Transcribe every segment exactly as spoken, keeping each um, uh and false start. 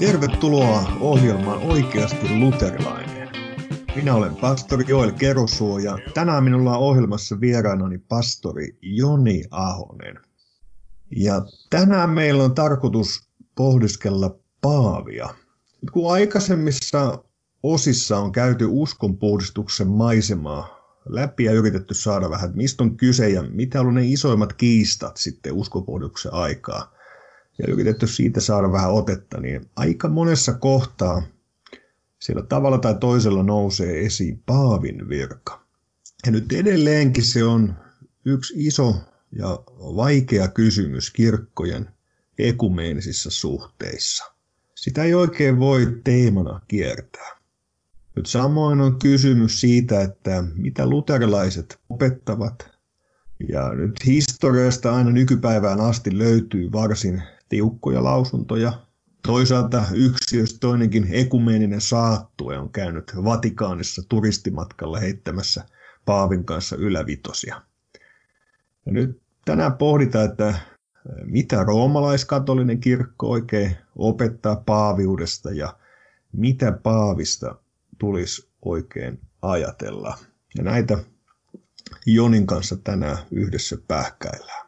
Tervetuloa ohjelmaan Oikeasti luterilainen. Minä olen pastori Joel Kerosuo ja tänään minulla on ohjelmassa vieraanani pastori Joni Ahonen. Ja tänään meillä on tarkoitus pohdiskella Paavia. Kun aikaisemmissa osissa on käyty uskonpuhdistuksen maisemaa läpi ja yritetty saada vähän, että mistä on kyse ja mitä on ne isoimmat kiistat sitten uskonpuhdistuksen aikaa, ja yritetty siitä saada vähän otetta, niin aika monessa kohtaa siellä tavalla tai toisella nousee esiin Paavin virka. Ja nyt edelleenkin se on yksi iso ja vaikea kysymys kirkkojen ekumeenisissa suhteissa. Sitä ei oikein voi teemana kiertää. Nyt samoin on kysymys siitä, että mitä luterilaiset opettavat. Ja nyt historiasta aina nykypäivään asti löytyy varsin tiukkoja lausuntoja. Toisaalta yksi, jos toinenkin ekumeeninen saattue on käynyt Vatikaanissa turistimatkalla heittämässä Paavin kanssa ylävitosia. Ja nyt tänään pohditaan, että mitä roomalaiskatolinen kirkko oikein opettaa paaviudesta ja mitä Paavista tulisi oikein ajatella. Ja näitä Jonin kanssa tänään yhdessä pähkäillään.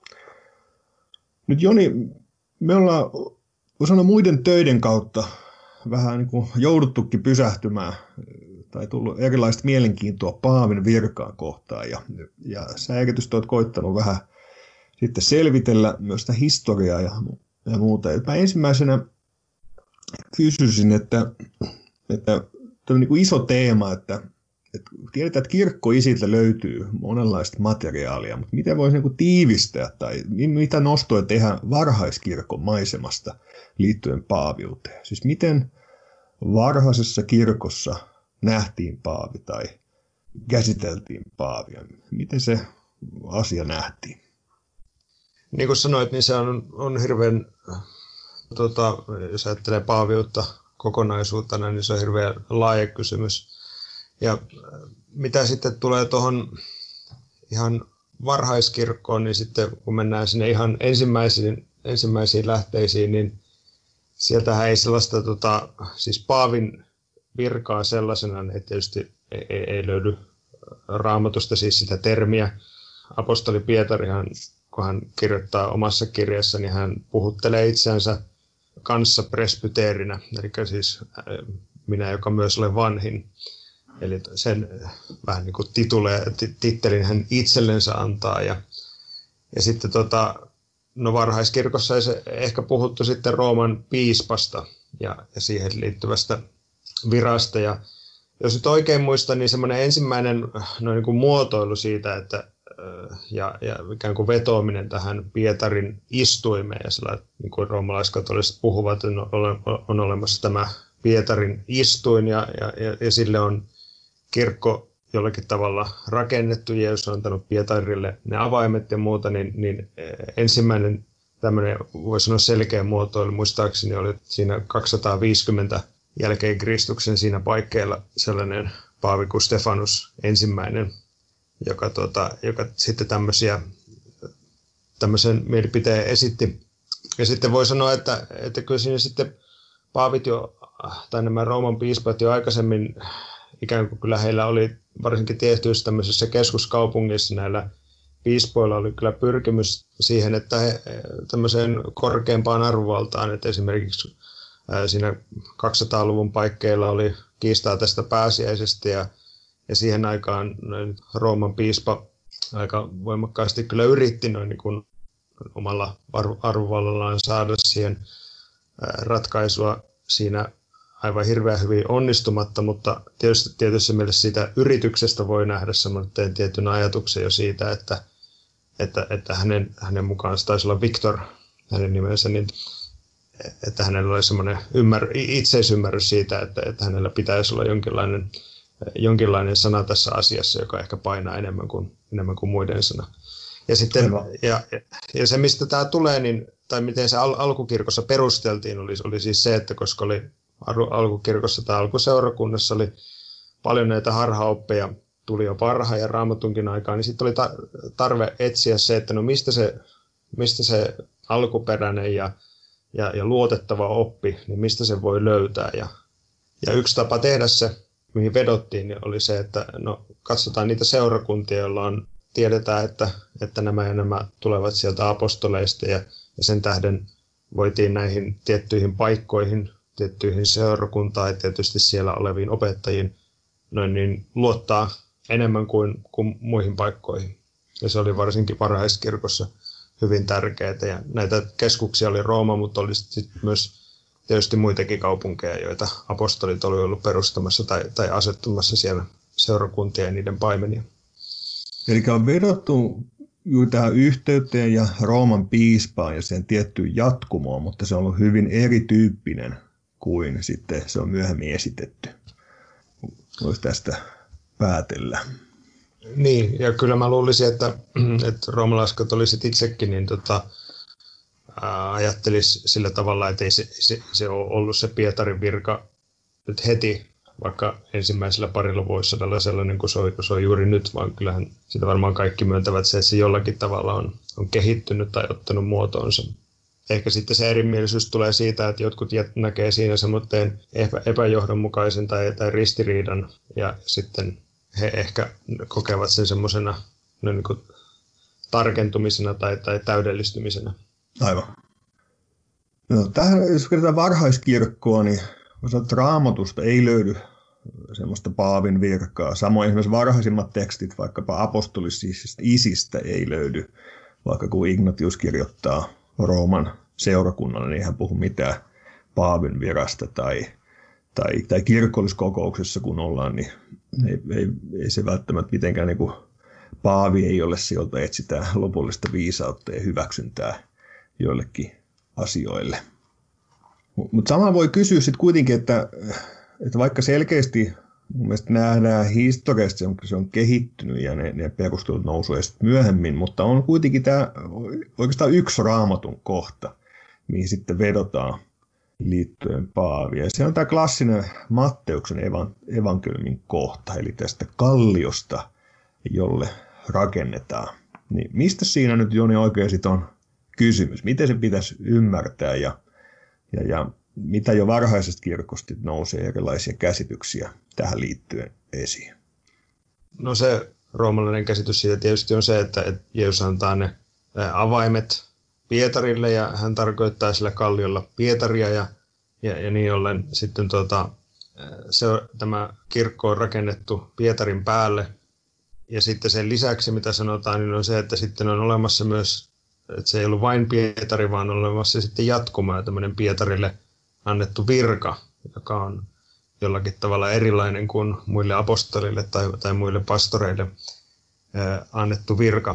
Nyt Joni, me ollaan voi sanoa muiden töiden kautta vähän niin kuin jouduttukin pysähtymään tai tullut erilaista mielenkiintoa Paavin virkaan kohtaan. Ja, ja sä erityisesti olet koittanut vähän sitten selvitellä myös sitä historiaa ja, ja muuta. Mä ensimmäisenä kysyisin, että, että tämä on niin kuin iso teema, että että tiedetään, että kirkkoisiltä löytyy monenlaista materiaalia, mutta miten voisi niin kuin tiivistää tai mitä nostoja tehdä varhaiskirkon maisemasta liittyen paaviuteen? Siis miten varhaisessa kirkossa nähtiin paavi tai käsiteltiin paavia? Miten se asia nähtiin? Niin kuin sanoit, niin se on, on hirveän, tota, jos ajattelee paaviutta kokonaisuutena, niin se on hirveän laaja kysymys. Ja mitä sitten tulee tuohon ihan varhaiskirkkoon, niin sitten kun mennään sinne ihan ensimmäisiin, ensimmäisiin lähteisiin, niin sieltähän ei sellaista, tota, siis Paavin virkaa sellaisena, että tietysti ei, ei, ei löydy Raamatusta siis sitä termiä. Apostoli Pietarihan, kun hän kirjoittaa omassa kirjassa, niin hän puhuttelee itseänsä kanssa presbyteerinä, eli siis minä, joka myös olen vanhin. Eli sen vähän niin kuin tituleen, tittelin hän itsellensä antaa. Ja, ja sitten tota, no varhaiskirkossa ei se ehkä puhuttu sitten Rooman piispasta ja, ja siihen liittyvästä virasta. Ja jos nyt oikein muistan, niin semmoinen ensimmäinen no niin kuin muotoilu siitä, että ja, ja ikään kuin vetoaminen tähän Pietarin istuimeen, ja sellainen, niin kuin roomalaiskatoliset puhuvat, että on, on olemassa tämä Pietarin istuin, ja, ja, ja sille on kirkko jollakin tavalla rakennettu, ja jos on antanut Pietarille ne avaimet ja muuta, niin, niin ensimmäinen tämmöinen, voi sanoa selkeä muotoilu, muistaakseni oli siinä kaksisataaviisikymmentä jälkeen Kristuksen siinä paikkeilla sellainen paavi kuin Stefanus ensimmäinen, joka, tota, joka sitten tämmöisiä, tämmöisen mielipiteen esitti. Ja sitten voi sanoa, että, että kyllä siinä sitten paavit jo, tai nämä Rooman piispat jo aikaisemmin, ikään kuin kyllä heillä oli varsinkin tietyissä tämmöisessä keskuskaupungissa näillä piispoilla oli kyllä pyrkimys siihen, että he tämmöiseen korkeampaan arvovaltaan, että esimerkiksi siinä kaksisataaluvun paikkeilla oli kiistaa tästä pääsiäisestä ja, ja siihen aikaan Rooman piispa aika voimakkaasti kyllä yritti noin niin kuin omalla arvovallallaan saada siihen ratkaisua siinä aivan hirveän hyvin onnistumatta, mutta tietysti tietysti mielessä siitä yrityksestä voi nähdä semmoinen tietyn ajatuksen jo siitä, että, että, että hänen, hänen mukaan se taisi olla Victor, hänen nimensä, niin että hänellä oli semmoinen ymmär, itseisymmärrys siitä, että, että hänellä pitäisi olla jonkinlainen, jonkinlainen sana tässä asiassa, joka ehkä painaa enemmän kuin, enemmän kuin muiden sana. Ja, sitten, ja, ja se, mistä tämä tulee, niin, tai miten se al- alkukirkossa perusteltiin, oli, oli siis se, että koska oli alkukirkossa tai alkuseurakunnassa oli paljon näitä harhaoppeja, tuli jo parha ja Raamatunkin aikaan, niin sitten oli ta- tarve etsiä se, että no mistä se, mistä se alkuperäinen ja ja, ja luotettava oppi, niin mistä se voi löytää. Ja, ja yksi tapa tehdä se, mihin vedottiin, niin oli se, että no, katsotaan niitä seurakuntia, joilla on, tiedetään, että, että nämä ja nämä tulevat sieltä apostoleista, ja, ja sen tähden voitiin näihin tiettyihin paikkoihin, tiettyihin seurakuntaan ja tietysti siellä oleviin opettajiin noin niin luottaa enemmän kuin, kuin muihin paikkoihin. Ja se oli varsinkin varhaiskirkossa hyvin tärkeää. Ja näitä keskuksia oli Rooma, mutta oli sitten myös tietysti muitakin kaupunkeja, joita apostolit oli ollut perustamassa tai, tai asettumassa siellä seurakuntia ja niiden paimenia. Eli on vedottu juuri tähän yhteyteen ja Rooman piispaan ja sen tiettyyn jatkumoon, mutta se on ollut hyvin erityyppinen kuin sitten se on myöhemmin esitetty. Voisi tästä päätellä. Niin, ja kyllä mä luulisin, että, että roomalaiskatolisit itsekin niin tota, ää, ajattelisi sillä tavalla, että ei se, se, se ole ollut se Pietarin virka nyt heti, vaikka ensimmäisellä parilla vuosisadalla sellainen kuin se on, se on juuri nyt, vaan kyllähän sitä varmaan kaikki myöntävät se, että se jollakin tavalla on, on kehittynyt tai ottanut muotoonsa. Ehkä sitten se erimielisyys tulee siitä, että jotkut näkee siinä semmoinen epäjohdonmukaisen tai, tai ristiriidan, ja sitten he ehkä kokevat sen semmoisena no niin kuin tarkentumisena tai, tai täydellistymisenä. Aivan. No, tähän, jos katsotaan varhaiskirkkoa, niin Raamatusta ei löydy semmoista paavin virkaa. Samoin esimerkiksi varhaisimmat tekstit, vaikkapa apostolisista isistä ei löydy, vaikka kun Ignatius kirjoittaa Rooman seurakunnalle, niin hän puhu mitään paavin virasta tai, tai, tai kirkolliskokouksessa kun ollaan, niin ei, ei, ei se välttämättä mitenkään niin kuin paavi ei ole se, jolta etsitään lopullista viisautta ja hyväksyntää joillekin asioille. Mutta samalla voi kysyä sitten kuitenkin, että, että vaikka selkeästi mun mielestä nähdään historiasta, se on kehittynyt ja ne, ne perustelut nousuu myöhemmin, mutta on kuitenkin tämä oikeastaan yksi Raamatun kohta, mihin sitten vedotaan liittyen Paavia. Ja se on tämä klassinen Matteuksen evankeliumin kohta, eli tästä kalliosta, jolle rakennetaan. Niin mistä siinä nyt Joni oikein sitten on kysymys? Miten se pitäisi ymmärtää ja, ja, ja mitä jo varhaisesta kirkosta nousee erilaisia käsityksiä tähän liittyen esiin? No se roomalainen käsitys siitä tietysti on se, että, että Jeesus antaa ne avaimet Pietarille ja hän tarkoittaa sillä kalliolla Pietaria ja, ja, ja niin ollen sitten tota, se, tämä kirkko on rakennettu Pietarin päälle ja sitten sen lisäksi mitä sanotaan niin on se, että sitten on olemassa myös, että se ei ollut vain Pietari vaan on olemassa sitten jatkuma ja tämmöinen Pietarille annettu virka, joka on jollakin tavalla erilainen kuin muille apostolille tai, tai muille pastoreille ää, annettu virka.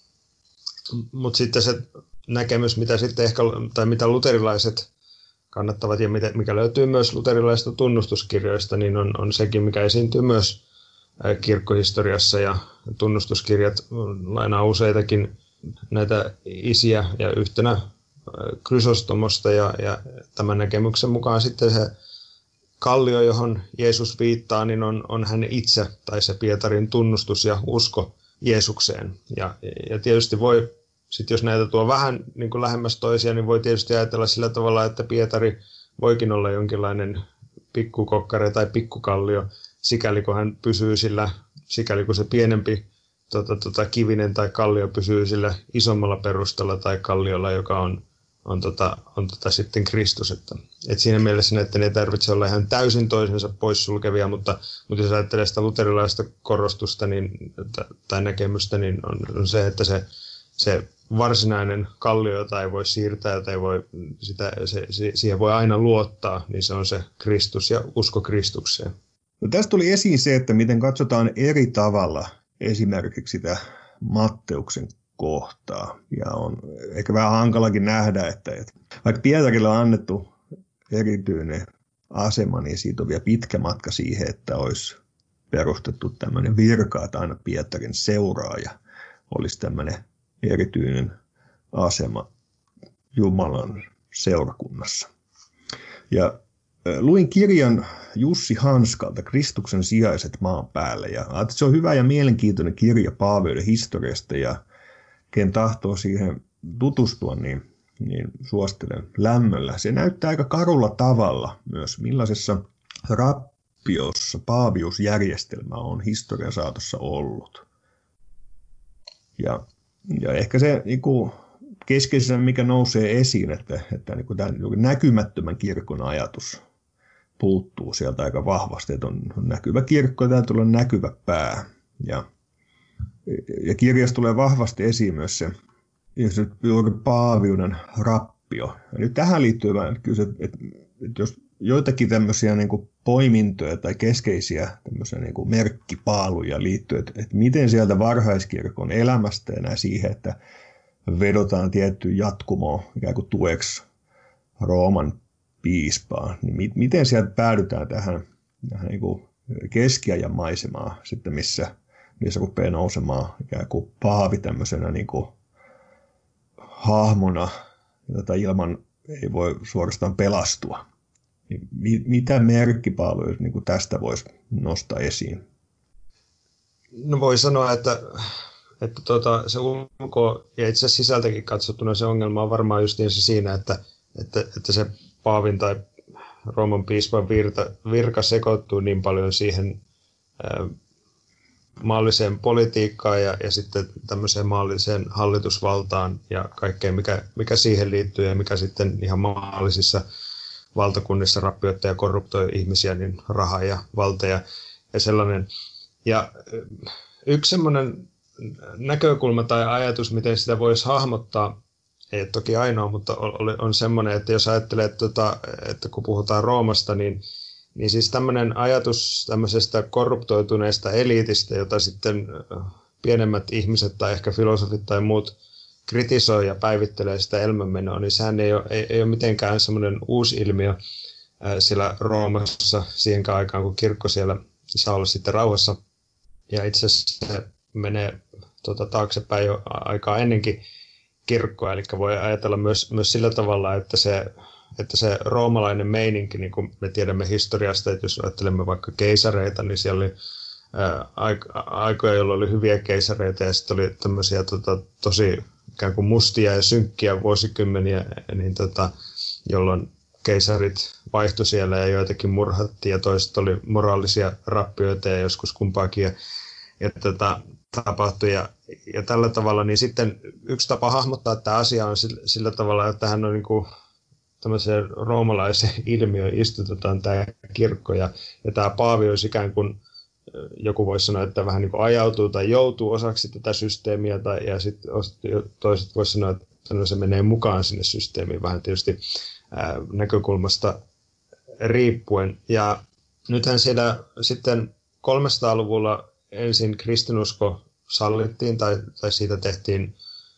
Mutta sitten se näkemys, mitä sitten ehkä, tai mitä luterilaiset kannattavat ja mitä, mikä löytyy myös luterilaisista tunnustuskirjoista, niin on, on sekin, mikä esiintyy myös ää, kirkkohistoriassa ja tunnustuskirjat lainaa useitakin näitä isiä ja yhtenä Krysostomosta ja, ja tämän näkemyksen mukaan sitten se kallio, johon Jeesus viittaa, niin on, on hän itse tai se Pietarin tunnustus ja usko Jeesukseen. Ja, ja tietysti voi, sit jos näitä tuo vähän niin kuin lähemmäs toisia, niin voi tietysti ajatella sillä tavalla, että Pietari voikin olla jonkinlainen pikkukokkare tai pikkukallio, sikäli kun hän pysyy sillä, sikäli kun se pienempi tota, tota, kivinen tai kallio pysyy sillä isommalla perustalla tai kalliolla, joka on on, tota, on tota sitten Kristus. Että, et siinä mielessä näiden ei tarvitse olla ihan täysin toisensa poissulkevia, mutta, mutta jos ajattelee sitä luterilaista korostusta niin, tai näkemystä, niin on, on se, että se, se varsinainen kallio, jota ei voi siirtää, jota ei voi, sitä, se, se, siihen voi aina luottaa, niin se on se Kristus ja usko Kristukseen. No, tästä tuli esiin se, että miten katsotaan eri tavalla esimerkiksi sitä Matteuksen kohtaa. Ja on ehkä vähän hankalakin nähdä, että, että vaikka Pietarille on annettu erityinen asema, niin siitä on vielä pitkä matka siihen, että olisi perustettu tämmöinen virka, että aina Pietarin seuraaja olisi tämmöinen erityinen asema Jumalan seurakunnassa. Ja luin kirjan Jussi Hanskalta Kristuksen sijaiset maan päälle. Ja se on hyvä ja mielenkiintoinen kirja Paaveuden historiasta ja ken tahtoo siihen tutustua, niin, niin suosittelen lämmöllä. Se näyttää aika karulla tavalla myös, millaisessa rappiossa paaviusjärjestelmä on historian saatossa ollut. Ja, ja ehkä se niin kuin keskeisenä, mikä nousee esiin, että, että niin kuin tämä näkymättömän kirkon ajatus puuttuu sieltä aika vahvasti, että on näkyvä kirkko ja täytyy olla näkyvä pää. Ja, ja kirjassa tulee vahvasti esiin myös se, se juuri paaviuden rappio. Ja nyt tähän liittyy kyllä se, että, että jos joitakin tämmöisiä niin kuin poimintoja tai keskeisiä tämmöisiä niin kuin merkkipaaluja liittyy, että, että miten sieltä varhaiskirkon elämästä enää siihen, että vedotaan tiettyyn jatkumoon ikään kuin tueksi Rooman piispaa, niin mi- miten sieltä päädytään tähän, tähän niin kuin keskiajan maisemaan, sitten missä, missä rupeaa nousemaan ikään kuin paavi tämmöisenä niin kuin hahmona, jota ilman ei voi suorastaan pelastua. Niin mi- mitä merkkipaaluja niin kuin tästä voisi nostaa esiin? No voi sanoa, että, että tuota, se ulko- ja itse asiassa sisältäkin katsottuna se ongelma on varmaan justiinsa siinä, että, että, että se paavin tai Rooman piispan virta, virka sekoittuu niin paljon siihen ää, maalliseen politiikkaan ja, ja sitten tämmöiseen maalliseen hallitusvaltaan ja kaikkeen, mikä, mikä siihen liittyy ja mikä sitten ihan maallisissa valtakunnissa rappioittaa ja korruptoi ihmisiä, niin raha ja valta ja, ja sellainen. Ja yksi semmoinen näkökulma tai ajatus, miten sitä voisi hahmottaa, ei ole toki ainoa, mutta on semmoinen, että jos ajattelee, että, että kun puhutaan Roomasta, niin, niin siis tämmöinen ajatus tämmöisestä korruptoituneesta eliitistä, jota sitten pienemmät ihmiset tai ehkä filosofit tai muut kritisoi ja päivittelee sitä elämänmenoa, niin sehän ei ole, ei, ei ole mitenkään semmoinen uusi ilmiö siellä Roomassa siihen aikaan, kun kirkko siellä saa olla sitten rauhassa. Ja itse asiassa se menee tuota, taaksepäin jo aikaa ennenkin kirkkoa, eli voi ajatella myös, myös sillä tavalla, että se, että se roomalainen meininki, niin kuin me tiedämme historiasta, että jos ajattelemme vaikka keisareita, niin siellä oli ää, aikoja, jolloin oli hyviä keisareita ja sitten oli tämmöisiä tota, tosi ikään kuin mustia ja synkkiä vuosikymmeniä, niin tota, jolloin keisarit vaihtui siellä ja joitakin murhattiin ja toiset oli moraalisia rappioita ja joskus kumpaakin ja, ja tota, tapahtui ja, ja tällä tavalla, niin sitten yksi tapa hahmottaa tämä asia on sillä, sillä tavalla, että hän on niin kuin tämmöiseen roomalaiseen ilmiöön istutetaan tämä kirkko ja, ja tämä paavi olisi ikään kuin, joku voisi sanoa, että vähän niin kuin ajautuu tai joutuu osaksi tätä systeemiä tai, ja sitten toiset voisi sanoa, että no, se menee mukaan sinne systeemiin vähän tietysti ää, näkökulmasta riippuen. Ja nythän siellä sitten kolmesataaluvulla ensin kristinusko sallittiin tai, tai siitä tehtiin,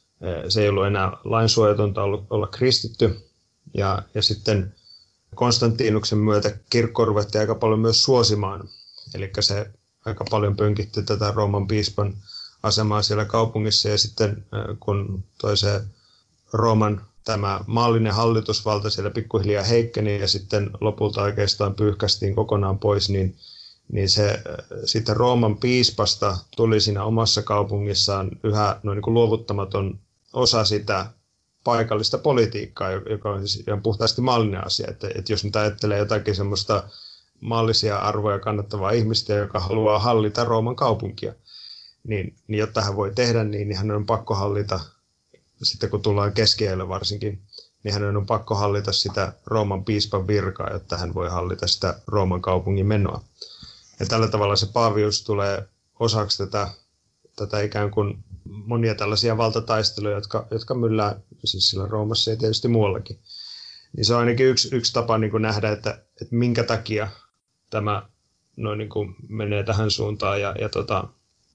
se ei ollut enää lainsuojatonta olla kristitty. Ja, ja sitten Konstantinuksen myötä kirkko ruvettiin aika paljon myös suosimaan. Eli se aika paljon pönkitti tätä Rooman piispan asemaa siellä kaupungissa. Ja sitten kun toiseen Rooman tämä maallinen hallitusvalta siellä pikkuhiljaa heikkeni ja sitten lopulta oikeastaan pyyhkästiin kokonaan pois, niin niin se sitten Rooman piispasta tuli siinä omassa kaupungissaan yhä noin niin kuin luovuttamaton osa sitä paikallista politiikkaa, joka on siis ihan puhtaasti maallinen asia. Että, että jos nyt ajattelee jotakin semmoista maallisia arvoja kannattavaa ihmistä, joka haluaa hallita Rooman kaupunkia, niin, niin jotta hän voi tehdä niin, niin hän on pakko hallita, sitten kun tullaan keskiajalle varsinkin, niin hän on pakko hallita sitä Rooman piispan virkaa, jotta hän voi hallita sitä Rooman kaupungin menoa. Ja tällä tavalla se paavius tulee osaksi tätä, tätä ikään kuin monia tällaisia valtataisteluja, jotka, jotka myllää siis sillä Roomassa ja tietysti muuallakin. Niin se on ainakin yksi, yksi tapa niin kuin nähdä, että, että minkä takia tämä noin niin kuin menee tähän suuntaan ja, ja, tota,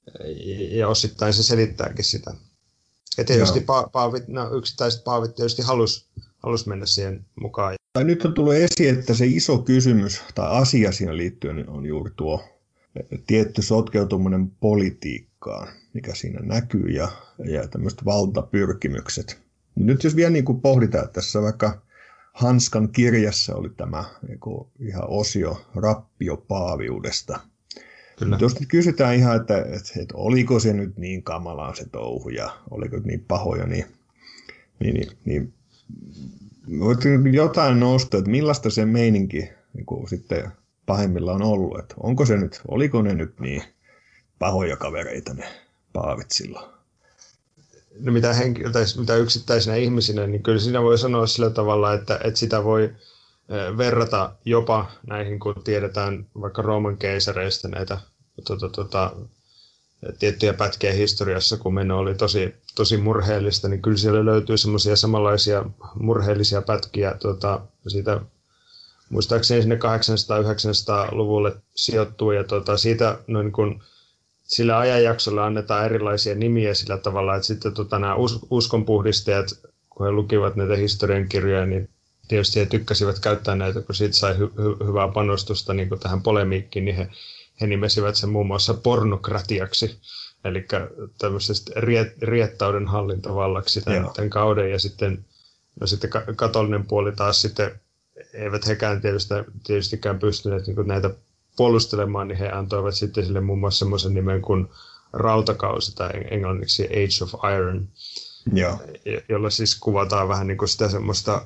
ja osittain se selittääkin sitä. Ja tietysti pa, paavit, no, yksittäiset paavit tietysti halusi halus mennä siihen mukaan. Tai nyt on tullut esiin, että se iso kysymys tai asia siihen liittyen on juuri tuo tietty sotkeutuminen politiikkaan, mikä siinä näkyy, ja, ja tämmöiset valtapyrkimykset. Nyt jos vielä niin kuin pohditaan, että tässä vaikka Hanskan kirjassa oli tämä niin kuin ihan osio rappiopaaviudesta. Kyllä. Jos nyt kysytään ihan, että, että, että oliko se nyt niin kamalaa se touhu ja oliko niin pahoja, niin, niin, niin, niin voit jotain nousta, että millaista se meininki niin kuin sitten pahimmillaan on ollut. Että onko se nyt, oliko ne nyt niin pahoja kavereita ne paavit silloin? No mitä, henki- tai mitä yksittäisinä ihmisinä, niin kyllä siinä voi sanoa sillä tavalla, että, että sitä voi verrata jopa näihin, kun tiedetään vaikka Rooman keisareista näitä tuota, tuota, tiettyjä pätkiä historiassa, kun meno oli tosi, tosi murheellista, niin kyllä siellä löytyy semmoisia samanlaisia murheellisia pätkiä tuota, siitä, muistaakseni sinne kahdeksansataa-yhdeksänsataa-luvulle sijoittuu, ja tuota, siitä noin kun sillä ajanjaksolla annetaan erilaisia nimiä sillä tavalla, että sitten tuota, nämä us- uskonpuhdistajat, kun he lukivat näitä historiankirjoja, niin tietysti he tykkäsivät käyttää näitä, kun siitä sai hy- hy- hyvää panostusta niin kuin tähän polemiikkiin, niin he, he nimesivät sen muun muassa pornokratiaksi, eli tämmöisestä riet- riettauden hallintavallaksi tämän, tämän kauden, ja sitten, no sitten katolinen puoli taas sitten, eivät hekään tietysti, tietystikään pystyneet niin kuin näitä puolustelemaan, niin he antoivat sitten sille muun muassa semmoisen nimen kuin rautakausi tai englanniksi Age of Iron, Joo. jolla siis kuvataan vähän niin kuin sitä semmoista,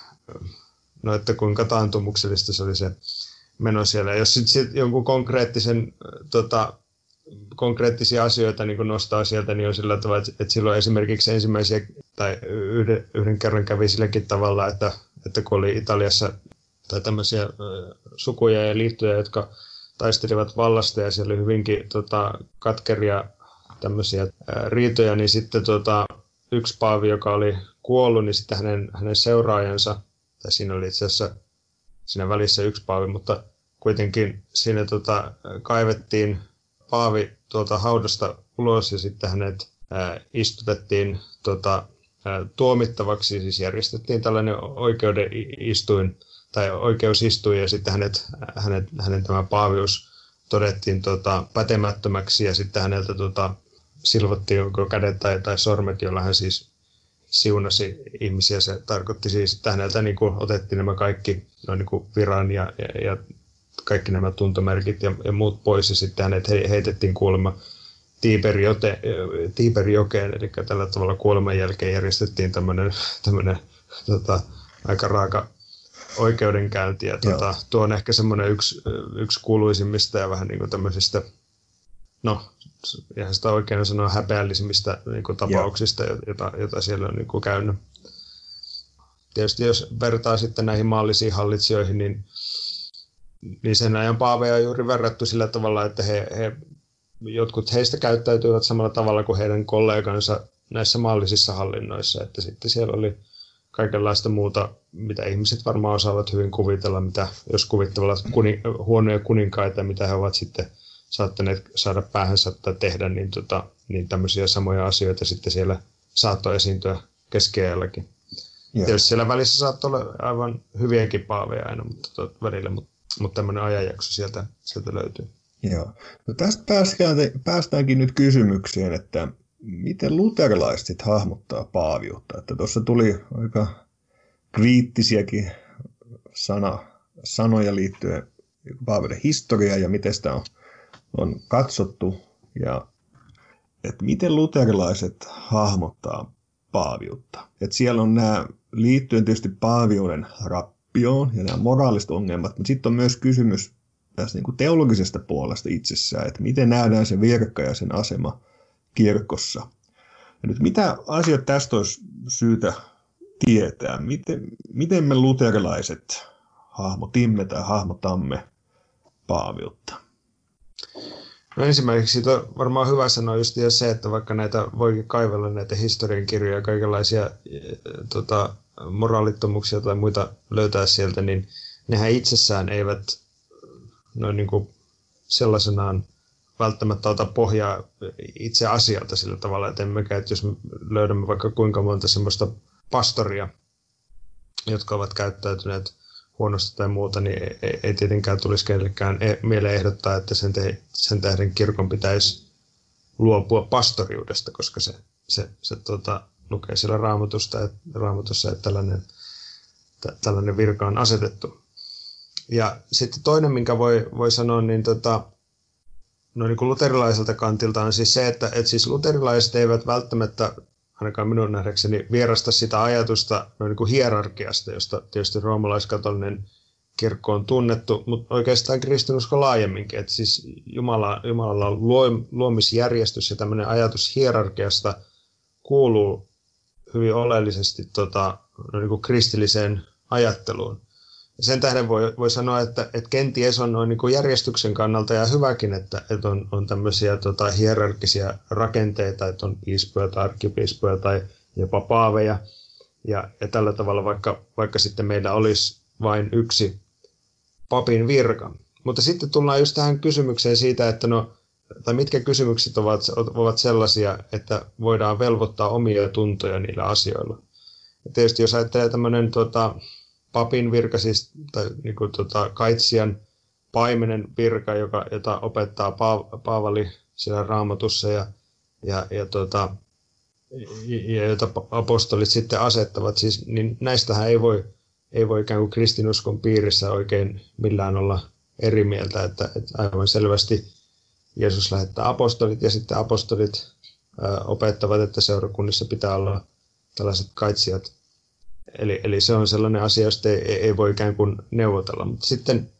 no että kuinka taantumuksellista se oli se meno siellä. Jos sitten sit jonkun konkreettisen, tota, konkreettisia asioita niin kuin nostaa sieltä, niin on sillä tavalla, että, että silloin esimerkiksi ensimmäisiä, tai yhden, yhden kerran kävi silläkin tavalla, että, että kun oli Italiassa tai tämmöisiä sukuja ja liittoja, jotka taistelivat vallasta, ja siellä oli hyvinkin tota, katkeria tämmöisiä ää, riitoja, niin sitten tota, yksi paavi, joka oli kuollut, niin sitten hänen, hänen seuraajansa, tai siinä oli itse asiassa siinä välissä yksi paavi, mutta kuitenkin siinä tota, kaivettiin paavi tuolta haudasta ulos, ja sitten hänet ää, istutettiin tota, ää, tuomittavaksi, siis järjestettiin tällainen oikeuden istuin, tai oikeus istui, ja sitten hänet, hänet, hänen tämä paavius todettiin tota, pätemättömäksi, ja sitten häneltä tota, silvottiin joko kädet tai, tai sormet, jolla hän siis siunasi ihmisiä. Se tarkoitti siis, että häneltä niin kuin, otettiin nämä kaikki no, niin kuin viran ja, ja, ja kaikki nämä tuntomerkit ja, ja muut pois, ja sitten hänet heitettiin kuulemma Tiiberijokeen, eli tällä tavalla kuoleman jälkeen järjestettiin tämmöinen, tämmöinen tota, aika raaka oikeudenkäynti, ja tuota, tuo on ehkä semmoinen yksi, yksi kuuluisimmista ja vähän niin kuin tämmöisistä, no, ihan sitä oikein sanoa häpeällisimmistä niin kuin tapauksista, jota, jota siellä on niin kuin käynyt. Tietysti jos vertaa sitten näihin maallisiin hallitsijoihin, niin, niin sen ajan paaveja on juuri verrattu sillä tavalla, että he, he, jotkut heistä käyttäytyivät samalla tavalla kuin heidän kollegansa näissä maallisissa hallinnoissa, että sitten siellä oli kaikenlaista muuta, mitä ihmiset varmaan osaavat hyvin kuvitella, mitä jos kuvittavat kuni, huonoja kuninkaita, mitä he ovat sitten saattaneet saada päähänsä tai tehdä, niin, tota, niin tämmöisiä samoja asioita sitten siellä saattoi esiintyä keskiajallakin. Yeah. Tietysti siellä välissä saattoi olla aivan hyviäkin paaveja aina mutta tot, välillä, mutta, mutta tämmöinen ajanjakso sieltä, sieltä löytyy. Joo. No tästä päästään, päästäänkin nyt kysymykseen, että miten luterilaiset hahmottaa paaviutta? Että tuossa tuli aika kriittisiäkin sana, sanoja liittyen paaviden historiaan ja miten sitä on, on katsottu. Ja että miten luterilaiset hahmottaa paaviutta? Että siellä on nämä liittyen tietysti paaviuden rappioon ja nämä moraaliset ongelmat, mutta sitten on myös kysymys tästä niin kuin teologisesta puolesta itsessään, että miten nähdään se virka ja sen asema kirkossa. Ja nyt mitä asiat tästä olisi syytä tietää? Miten, miten me luterilaiset hahmotimme tai hahmotamme paaviutta? No ensimmäiseksi on varmaan hyvä sanoa just se, että vaikka näitä voikin kaivella näitä historiankirjoja ja kaikenlaisia tota, moraalittomuuksia tai muita löytää sieltä, niin nehän itsessään eivät noin niin kuin sellaisenaan välttämättä ota pohjaa itse asialta sillä tavalla, että emmekä, että jos me löydämme vaikka kuinka monta semmoista pastoria, jotka ovat käyttäytyneet huonosti tai muuta, niin ei, ei tietenkään tulisi kenellekään mieleen ehdottaa, että sen, te, sen tähden kirkon pitäisi luopua pastoriudesta, koska se, se, se tota, lukee siellä raamatusta, että, raamatussa, että tällainen, tä, tällainen virka on asetettu. Ja sitten toinen, minkä voi, voi sanoa, niin tota, no niin kuin luterilaiselta kantilta on siis se, että, että siis luterilaiset eivät välttämättä ainakaan minun nähdäkseni, vierasta sitä ajatusta no niin kuin hierarkiasta, josta tietysti roomalaiskatolinen kirkko on tunnettu, mutta oikeastaan kristinusko laajemminkin. Että siis Jumala, Jumalalla on luomisjärjestys ja tämmöinen ajatus hierarkiasta kuuluu hyvin oleellisesti tota, no niin kuin kristilliseen ajatteluun. Ja sen tähden voi, voi sanoa, että, että kenties on noin niin kuin järjestyksen kannalta ja hyväkin, että, että on, on tämmöisiä tota, hierarkisia rakenteita, että on piispoja tai arkkipiispoja tai jopa paaveja. Ja, ja tällä tavalla vaikka, vaikka sitten meillä olisi vain yksi papin virka. Mutta sitten tullaan just tähän kysymykseen siitä, että no, tai mitkä kysymykset ovat, ovat sellaisia, että voidaan velvoittaa omia tuntoja niillä asioilla. Ja tietysti jos ajattelee tämmöinen tota, papin virka, siis, tai niin kuin, tota, kaitsijan paimenen virka, joka, jota opettaa Paavali siellä Raamatussa ja, ja, ja, tota, ja jota apostolit sitten asettavat, siis, niin näistähän ei voi, ei voi ikään kuin kristinuskon piirissä oikein millään olla eri mieltä, että, että aivan selvästi Jeesus lähettää apostolit ja sitten apostolit ää, opettavat, että seurakunnissa pitää olla tällaiset kaitsijat. Eli, eli se on sellainen asia, josta ei, ei voi ikään kuin neuvotella. Mutta sitten,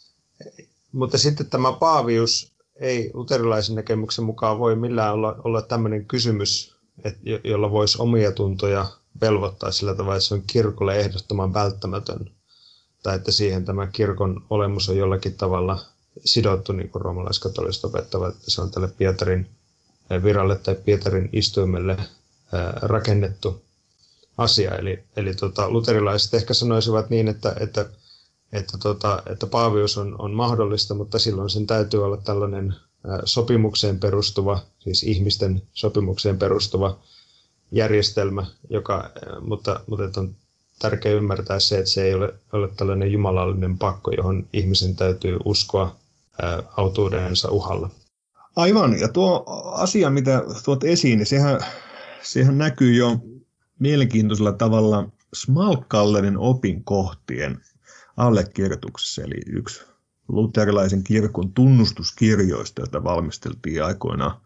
mutta sitten tämä paavius ei luterilaisen näkemyksen mukaan voi millään olla, olla tämmöinen kysymys, että, jolla voisi omia tuntoja velvoittaa sillä tavalla, että se on kirkolle ehdottoman välttämätön. Tai että siihen tämä kirkon olemus on jollakin tavalla sidottu, niin kuin roomalaiskatoliset opettavat, että se on tälle Pietarin viralle tai Pietarin istuimelle rakennettu asia. Eli, eli tota, luterilaiset ehkä sanoisivat niin, että, että, että, tota, että paavius on, on mahdollista, mutta silloin sen täytyy olla tällainen sopimukseen perustuva, siis ihmisten sopimukseen perustuva järjestelmä, joka, mutta, mutta on tärkeää ymmärtää se, että se ei ole, ole tällainen jumalallinen pakko, johon ihmisen täytyy uskoa ää, autuudensa uhalla. Aivan, ja tuo asia, mitä tuot esiin, niin sehän, sehän näkyy jo mielenkiintoisella tavalla Smalkallerin opinkohtien allekirjoituksessa, eli yksi luterilaisen kirkon tunnustuskirjoista, jota valmisteltiin aikoinaan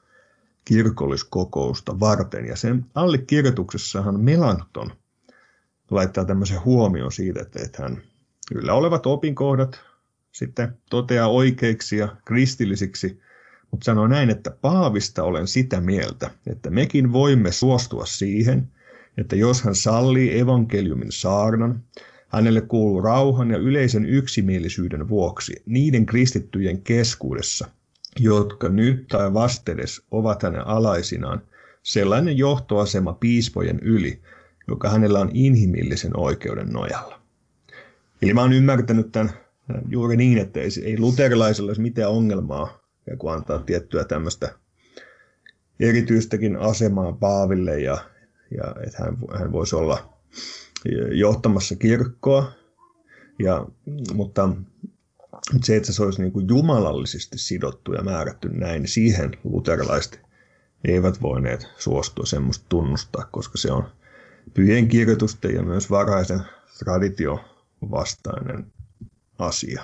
kirkolliskokousta varten. Ja sen allekirjoituksessahan Melankton laittaa tämmöisen huomioon siitä, että hän kyllä olevat opinkohdat sitten toteaa oikeiksi ja kristillisiksi, mutta sanoo näin, että paavista olen sitä mieltä, että mekin voimme suostua siihen, että jos hän sallii evankeliumin saarnan, hänelle kuuluu rauhan ja yleisen yksimielisyyden vuoksi niiden kristittyjen keskuudessa, jotka nyt tai vastedes ovat hänen alaisinaan, sellainen johtoasema piispojen yli, joka hänellä on inhimillisen oikeuden nojalla. Eli mä oon ymmärtänyt tämän juuri niin, että ei, ei luterilaisella olisi mitään ongelmaa, kun antaa tiettyä tämmöistä erityistäkin asemaa paaville, ja, ja että hän, hän voisi olla johtamassa kirkkoa, ja, mutta se, että se olisi niin kuin jumalallisesti sidottu ja määrätty näin, niin siihen luterilaiset eivät voineet suostua semmoista tunnustaa, koska se on pyhien kirjoitusten ja myös varaisen tradition vastainen asia.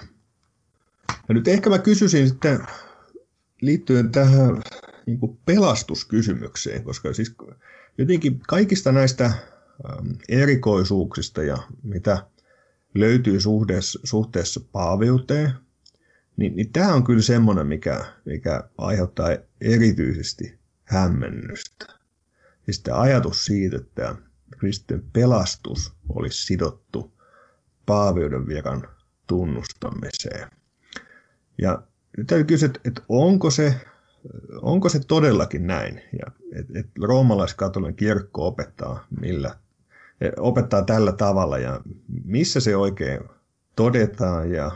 Ja nyt ehkä mä kysyisin sitten liittyen tähän niin kuin pelastuskysymykseen, koska siis jotenkin kaikista näistä erikoisuuksista ja mitä löytyy suhteessa, suhteessa paaviuteen, niin, niin tämä on kyllä semmoinen, mikä, mikä aiheuttaa erityisesti hämmennystä. Siis tämä ajatus siitä, että kristityn pelastus olisi sidottu paaviuden viran tunnustamiseen. Ja nyt täytyy kysyä, että onko se, onko se todellakin näin? Ja, että et roomalaiskatolinen kirkko opettaa, millä, opettaa tällä tavalla ja missä se oikein todetaan ja,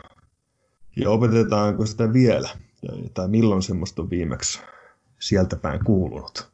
ja opetetaanko sitä vielä? Ja, tai milloin semmoista on viimeksi sieltä päin kuulunut?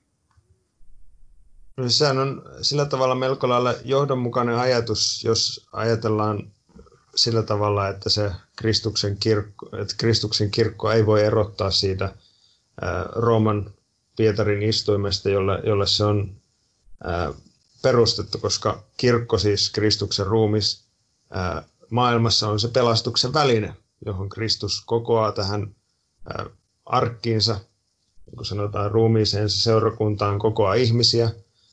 No, sehän on sillä tavalla melko lailla johdonmukainen ajatus, jos ajatellaan sillä tavalla, että se Kristuksen kirkko, että Kristuksen kirkko ei voi erottaa siitä ää, Rooman Pietarin istuimesta, jolle, jolle se on ää, perustettu, koska kirkko, siis Kristuksen ruumis ää, maailmassa, on se pelastuksen väline, johon Kristus kokoaa tähän ää, arkkiinsa, niin kuin sanotaan, ruumiiseensa seurakuntaan kokoaa ihmisiä,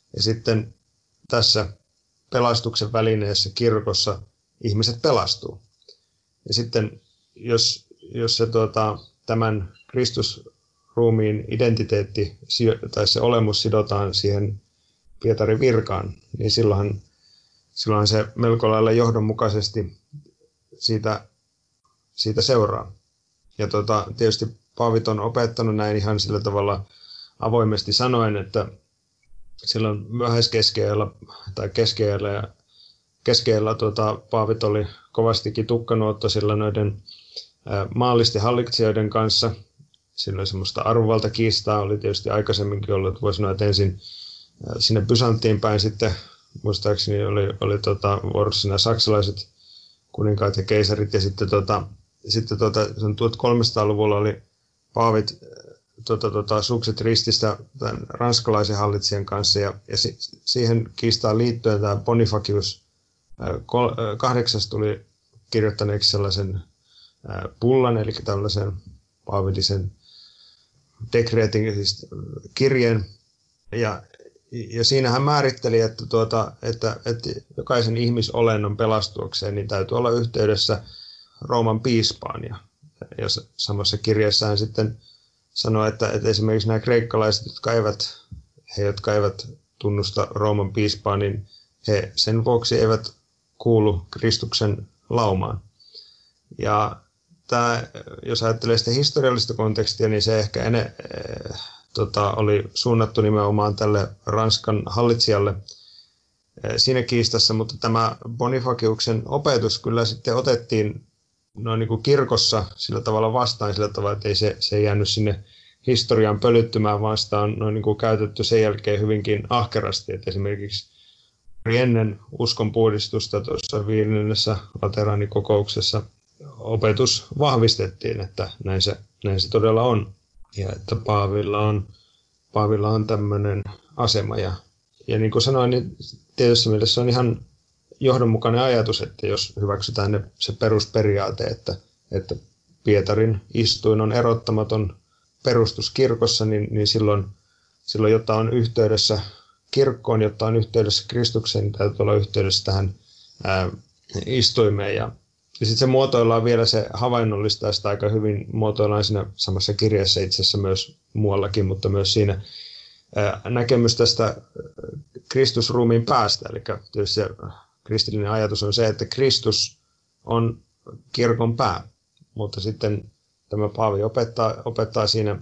Ja sitten tässä pelastuksen välineessä kirkossa ihmiset pelastuu. Ja sitten jos, jos se, tuota, tämän Kristusruumiin identiteetti tai se olemus sidotaan siihen Pietarin virkaan, niin silloin, silloin se melko lailla johdonmukaisesti siitä, siitä seuraa. Ja tuota, tietysti paavit on opettanut näin ihan sillä tavalla avoimesti sanoen, että silloin myöhäiskeskeajalla tai keskeajalla ja keskeajalla tuota, paavit oli kovastikin tukkanuottoisilla noiden ää, maallisten hallitsijoiden kanssa. Silloin semmoista arvovaltakiistaa oli tietysti aikaisemminkin ollut. Voi sanoa, että ensin ää, sinne Bysanttiin päin sitten muistaakseni oli, oli tota, vuorossa nämä saksalaiset kuninkaat ja keisarit. Ja sitten, tota, sitten tota, tuhatkolmesataaluvulla oli paavit Tota, tota, sukset rististä tämän ranskalaisen hallitsijan kanssa, ja, ja si, siihen kiistaan liittyen tämä Bonifacius kol, kahdeksas tuli kirjoittaneeksi sellaisen ää, pullan, eli tällaisen paavillisen dekreetin, siis kirjeen, ja, ja siinä hän määritteli, että, tuota, että, että jokaisen ihmisolennon pelastuakseen niin täytyy olla yhteydessä Rooman piispaan, ja, ja samassa kirjassa hän sitten sanoi, että, että esimerkiksi nämä kreikkalaiset, jotka eivät, he, jotka eivät tunnusta Rooman piispaa, niin he sen vuoksi eivät kuulu Kristuksen laumaan. Ja tämä, jos ajattelee sitä historiallista kontekstia, niin se ehkä ene, äh, tota, oli suunnattu nimenomaan tälle Ranskan hallitsijalle äh, siinä kiistassa, mutta tämä Bonifaciuksen opetus kyllä sitten otettiin no, niin kuin kirkossa sillä tavalla vastaan, sillä tavalla, että ei se, se ei jäänyt sinne historiaan pölyttymään, vaan sitä on no, niin kuin käytetty sen jälkeen hyvinkin ahkerasti. Että esimerkiksi ennen uskonpuhdistusta tuossa viidennessä lateraanikokouksessa opetus vahvistettiin, että näin se, näin se todella on. Ja että Paavilla on, Paavilla on tämmöinen asema. Ja, ja niin kuin sanoin, niin tietysti mielessä on ihan johdonmukainen ajatus, että jos hyväksytään ne, se perusperiaate, että, että Pietarin istuin on erottamaton perustus kirkossa, niin, niin silloin, silloin, jotta on yhteydessä kirkkoon, jotta on yhteydessä Kristukseen, niin täytyy olla yhteydessä tähän ää, istuimeen. Ja, ja sitten se muotoillaan vielä, se havainnollistaa sitä aika hyvin, muotoillaan siinä samassa kirjassa itse asiassa myös muuallakin, mutta myös siinä ää, näkemys tästä Kristusruumiin päästä, eli tietysti se kristillinen ajatus on se, että Kristus on kirkon pää, mutta sitten tämä Paavi opettaa, opettaa siinä,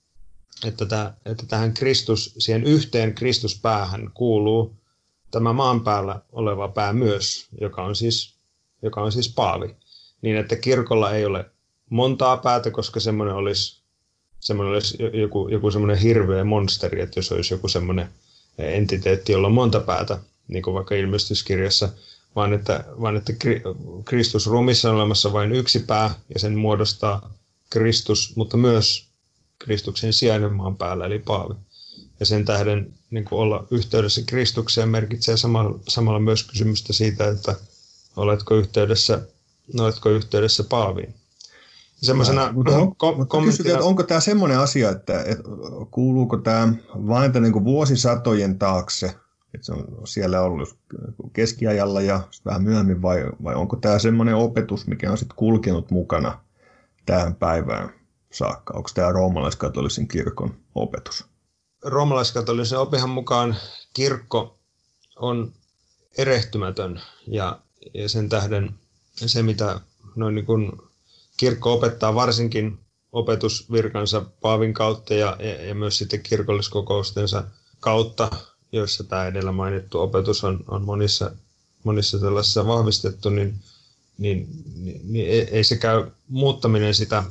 että, tämä, että tähän Kristus, siihen yhteen Kristuspäähän kuuluu tämä maan päällä oleva pää myös, joka on siis, joka on siis Paavi. Niin, että kirkolla ei ole montaa päätä, koska semmoinen olisi, semmoinen olisi joku, joku semmoinen hirveä monsteri, että jos olisi joku semmoinen entiteetti, jolla on monta päätä, niin kuin vaikka ilmestyskirjassa, vaan että, vaan että Kristusruumissa on olemassa vain yksi pää, ja sen muodostaa Kristus, mutta myös Kristuksen sijainen maan päällä, eli Paavi. Ja sen tähden niin kuin olla yhteydessä Kristukseen merkitsee samalla, samalla myös kysymystä siitä, että oletko yhteydessä, oletko yhteydessä Paaviin. Semmoisena on, kom- kommenttina... Kysyt, onko tämä semmoinen asia, että, että kuuluuko tämä vain niin kuin vuosisatojen taakse, että se on siellä ollut keskiajalla ja vähän myöhemmin, vai, vai onko tämä semmoinen opetus, mikä on sitten kulkenut mukana tähän päivään saakka? Onko tämä roomalaiskatolisen kirkon opetus? Roomalaiskatolisen opihan mukaan kirkko on erehtymätön ja, ja sen tähden se, mitä noin niin kuin kirkko opettaa varsinkin opetusvirkansa Paavin kautta ja, ja, ja myös sitten kirkolliskokoustensa kautta, joissa tämä edellä mainittu opetus on, on monissa, monissa tällaisissa vahvistettu, niin, niin, niin, niin ei se käy muuttaminen sitä,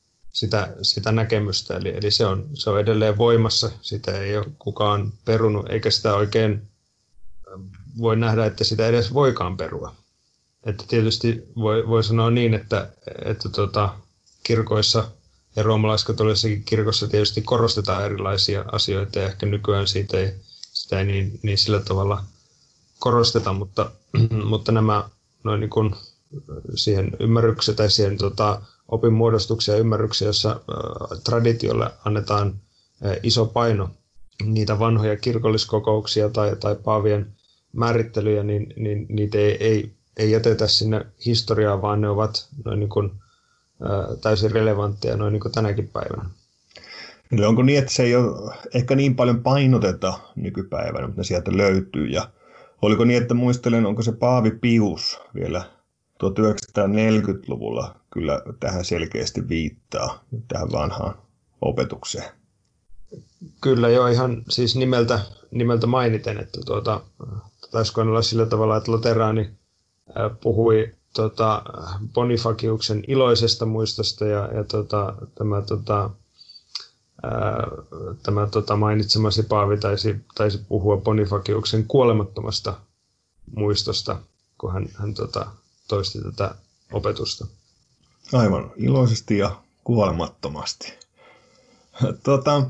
sitä, sitä näkemystä. Eli, eli se, on, se on edelleen voimassa, sitä ei ole kukaan perunut, eikä sitä oikein voi nähdä, että sitä edes voikaan perua. Että tietysti voi, voi sanoa niin, että, että tota, kirkoissa ja roomalaiskatolisessakin kirkossa tietysti korostetaan erilaisia asioita ja ehkä nykyään siitä ei, sitä ei niin, niin sillä tavalla korosteta, mutta, mutta nämä noin niin kuin siihen ymmärrykseen tai siihen tota, opinmuodostuksia ja ymmärryksiä, jossa ä, traditiolle annetaan ä, iso paino, niitä vanhoja kirkolliskokouksia tai, tai paavien määrittelyjä, niin, niin niitä ei, ei, ei jätetä sinne historiaan, vaan ne ovat noin niin kuin, ää, täysin relevantteja noin niin kuin tänäkin päivänä. Eli onko niin, että se ei ole ehkä niin paljon painoteta nykypäivänä, mutta ne sieltä löytyy. Ja oliko niin, että muistelen, onko se Paavi Pius vielä tuhatyhdeksänsataaneljäkymmentäluvulla kyllä tähän selkeästi viittaa, tähän vanhaan opetukseen? Kyllä jo ihan siis nimeltä, nimeltä mainiten, että tuota, taisiko olla sillä tavalla, että Luteraani puhui tuota, Bonifaciuksen iloisesta muistosta ja, ja tuota, tämä, tuota, ää, tämä tuota, mainitsemasi Paavi taisi, taisi puhua Bonifaciuksen kuolemattomasta muistosta, kun hän, hän tuota, toisti tätä opetusta. Aivan, iloisesti ja kuolemattomasti. Tuota,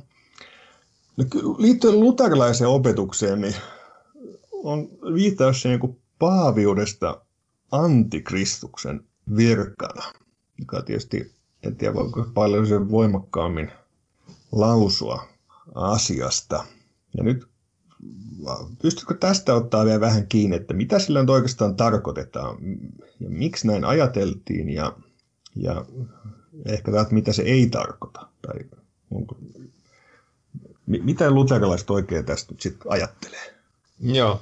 liittyen luterilaiseen opetukseen, niin on viittaus siihen niin paaviudesta antikristuksen virkana, joka tietysti, en tiedä voiko paljon sen voimakkaammin lausua asiasta. Ja nyt pystytkö tästä ottaa vielä vähän kiinni, että mitä sillä nyt oikeastaan tarkoitetaan ja miksi näin ajateltiin ja, ja ehkä taas mitä se ei tarkoita tai onko, mitä luterilaiset oikein tästä nyt sitten ajattelee? Joo.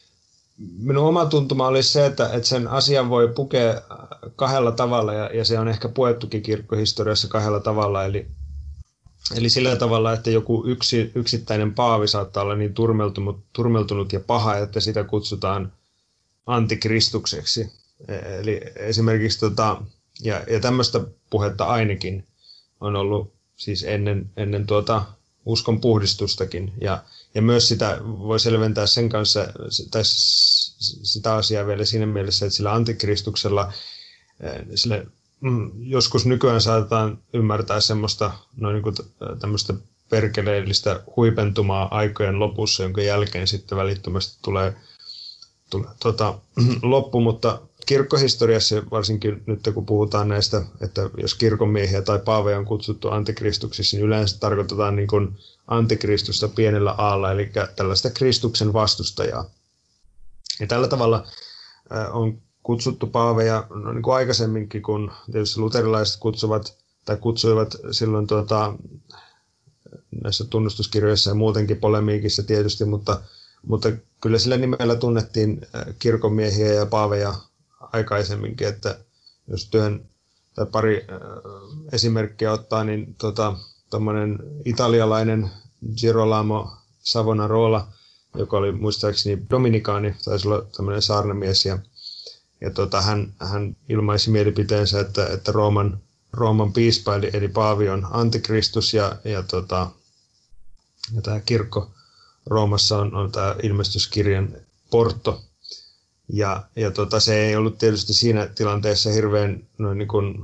Minun oma tuntuma oli se, että, että sen asian voi pukea kahdella tavalla ja, ja se on ehkä puettukin kirkkohistoriassa kahdella tavalla. Eli, eli sillä tavalla, että joku yksi, yksittäinen paavi saattaa olla niin turmeltunut, turmeltunut ja paha, että sitä kutsutaan antikristukseksi. Eli esimerkiksi, tota, ja, ja tämmöistä puhetta ainakin on ollut siis ennen, ennen tuota uskon puhdistustakin. Ja, ja myös sitä voi selventää sen kanssa, tai sitä asiaa vielä siinä mielessä, että sillä antikristuksella, sillä, mm, joskus nykyään saatetaan ymmärtää semmoista noin niin kuin tämmöistä perkeleellistä huipentumaa aikojen lopussa, jonka jälkeen sitten välittömästi tulee, tulee tota, loppu, mutta kirkkohistoriassa varsinkin nyt kun puhutaan näistä, että jos kirkonmiehiä tai paaveja on kutsuttu antikristuksiksi, niin yleensä tarkoitetaan niin kuin antikristusta pienellä aalla, eli tällaista Kristuksen vastustajaa. Ja tällä tavalla on kutsuttu paaveja no niin kuin aikaisemminkin, kun tietysti luterilaiset kutsuvat tai kutsuivat silloin tuota, näissä tunnustuskirjoissa ja muutenkin polemiikissa tietysti, mutta, mutta kyllä sillä nimellä tunnettiin kirkonmiehiä ja paaveja aikaisemminkin, että jos työn tai pari äh, esimerkkiä ottaa, niin tota, tommonen italialainen Girolamo Savonarola, joka oli muistaakseni dominikaani, taisi olla tämmöinen saarnamies, ja, ja tota, hän, hän ilmaisi mielipiteensä, että, että Rooman, Rooman piispa eli, eli paavi on antikristus, ja, ja, tota, ja tämä kirkko Roomassa on, on tämä ilmestyskirjan Porto. Ja, ja tota, se ei ollut tietysti siinä tilanteessa hirveän no, niin kuin,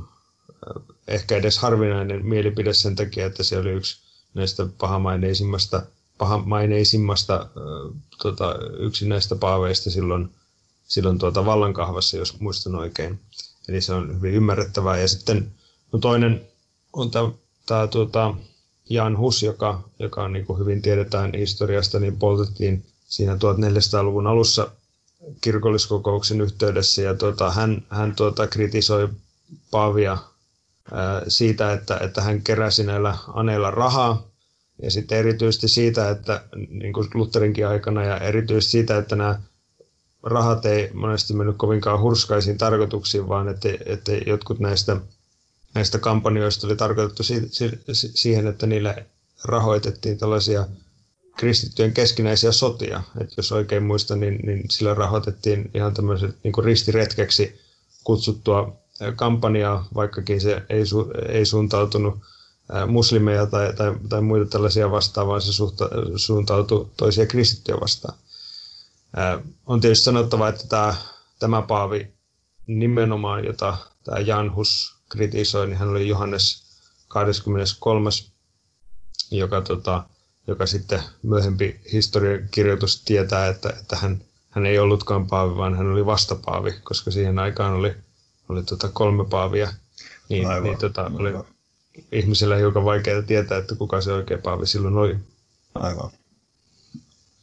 ehkä edes harvinainen mielipide sen takia, että se oli yksi näistä pahamaineisimmasta, pahamaineisimmasta äh, tota, yksi näistä paaveista silloin, silloin tuota vallankahvassa, jos muistan oikein. Eli se on hyvin ymmärrettävää. Ja sitten no toinen on tämä tuota, Jan Hus, joka, joka niin kuin hyvin tiedetään historiasta, niin poltettiin siinä tuhatneljäsataaluvun alussa kirkolliskokouksen yhteydessä, ja tuota, hän, hän tuota, kritisoi paavia ää, siitä, että, että hän keräsi näillä aneilla rahaa, ja sitten erityisesti siitä, että niin kuin Lutherinkin aikana, ja erityisesti siitä, että nämä rahat ei monesti mennyt kovinkaan hurskaisiin tarkoituksiin, vaan että, että jotkut näistä, näistä kampanjoista oli tarkoitettu si, si, siihen, että niillä rahoitettiin tällaisia kristittyjen keskinäisiä sotia. Et jos oikein muistan, niin, niin sillä rahoitettiin ihan tämmöiset niin kuin ristiretkeksi kutsuttua kampanjaa, vaikkakin se ei, su, ei suuntautunut ää, muslimeja tai, tai, tai muita tällaisia vastaan, vaan se suhta, suuntautui toisia kristittyjä vastaan. Ää, on tietysti sanottava, että tämä, tämä paavi nimenomaan, jota tämä Jan Hus kritisoi, niin hän oli Johannes kahdeskymmeneskolmas, joka tota, joka sitten myöhempi historiankirjoitus tietää, että, että hän, hän ei ollutkaan paavi, vaan hän oli vastapaavi, koska siihen aikaan oli, oli tota kolme paavia. Niin, niin tota, oli ihmisellä hiukan vaikeaa tietää, että kuka se oikea paavi silloin oli. Aivan.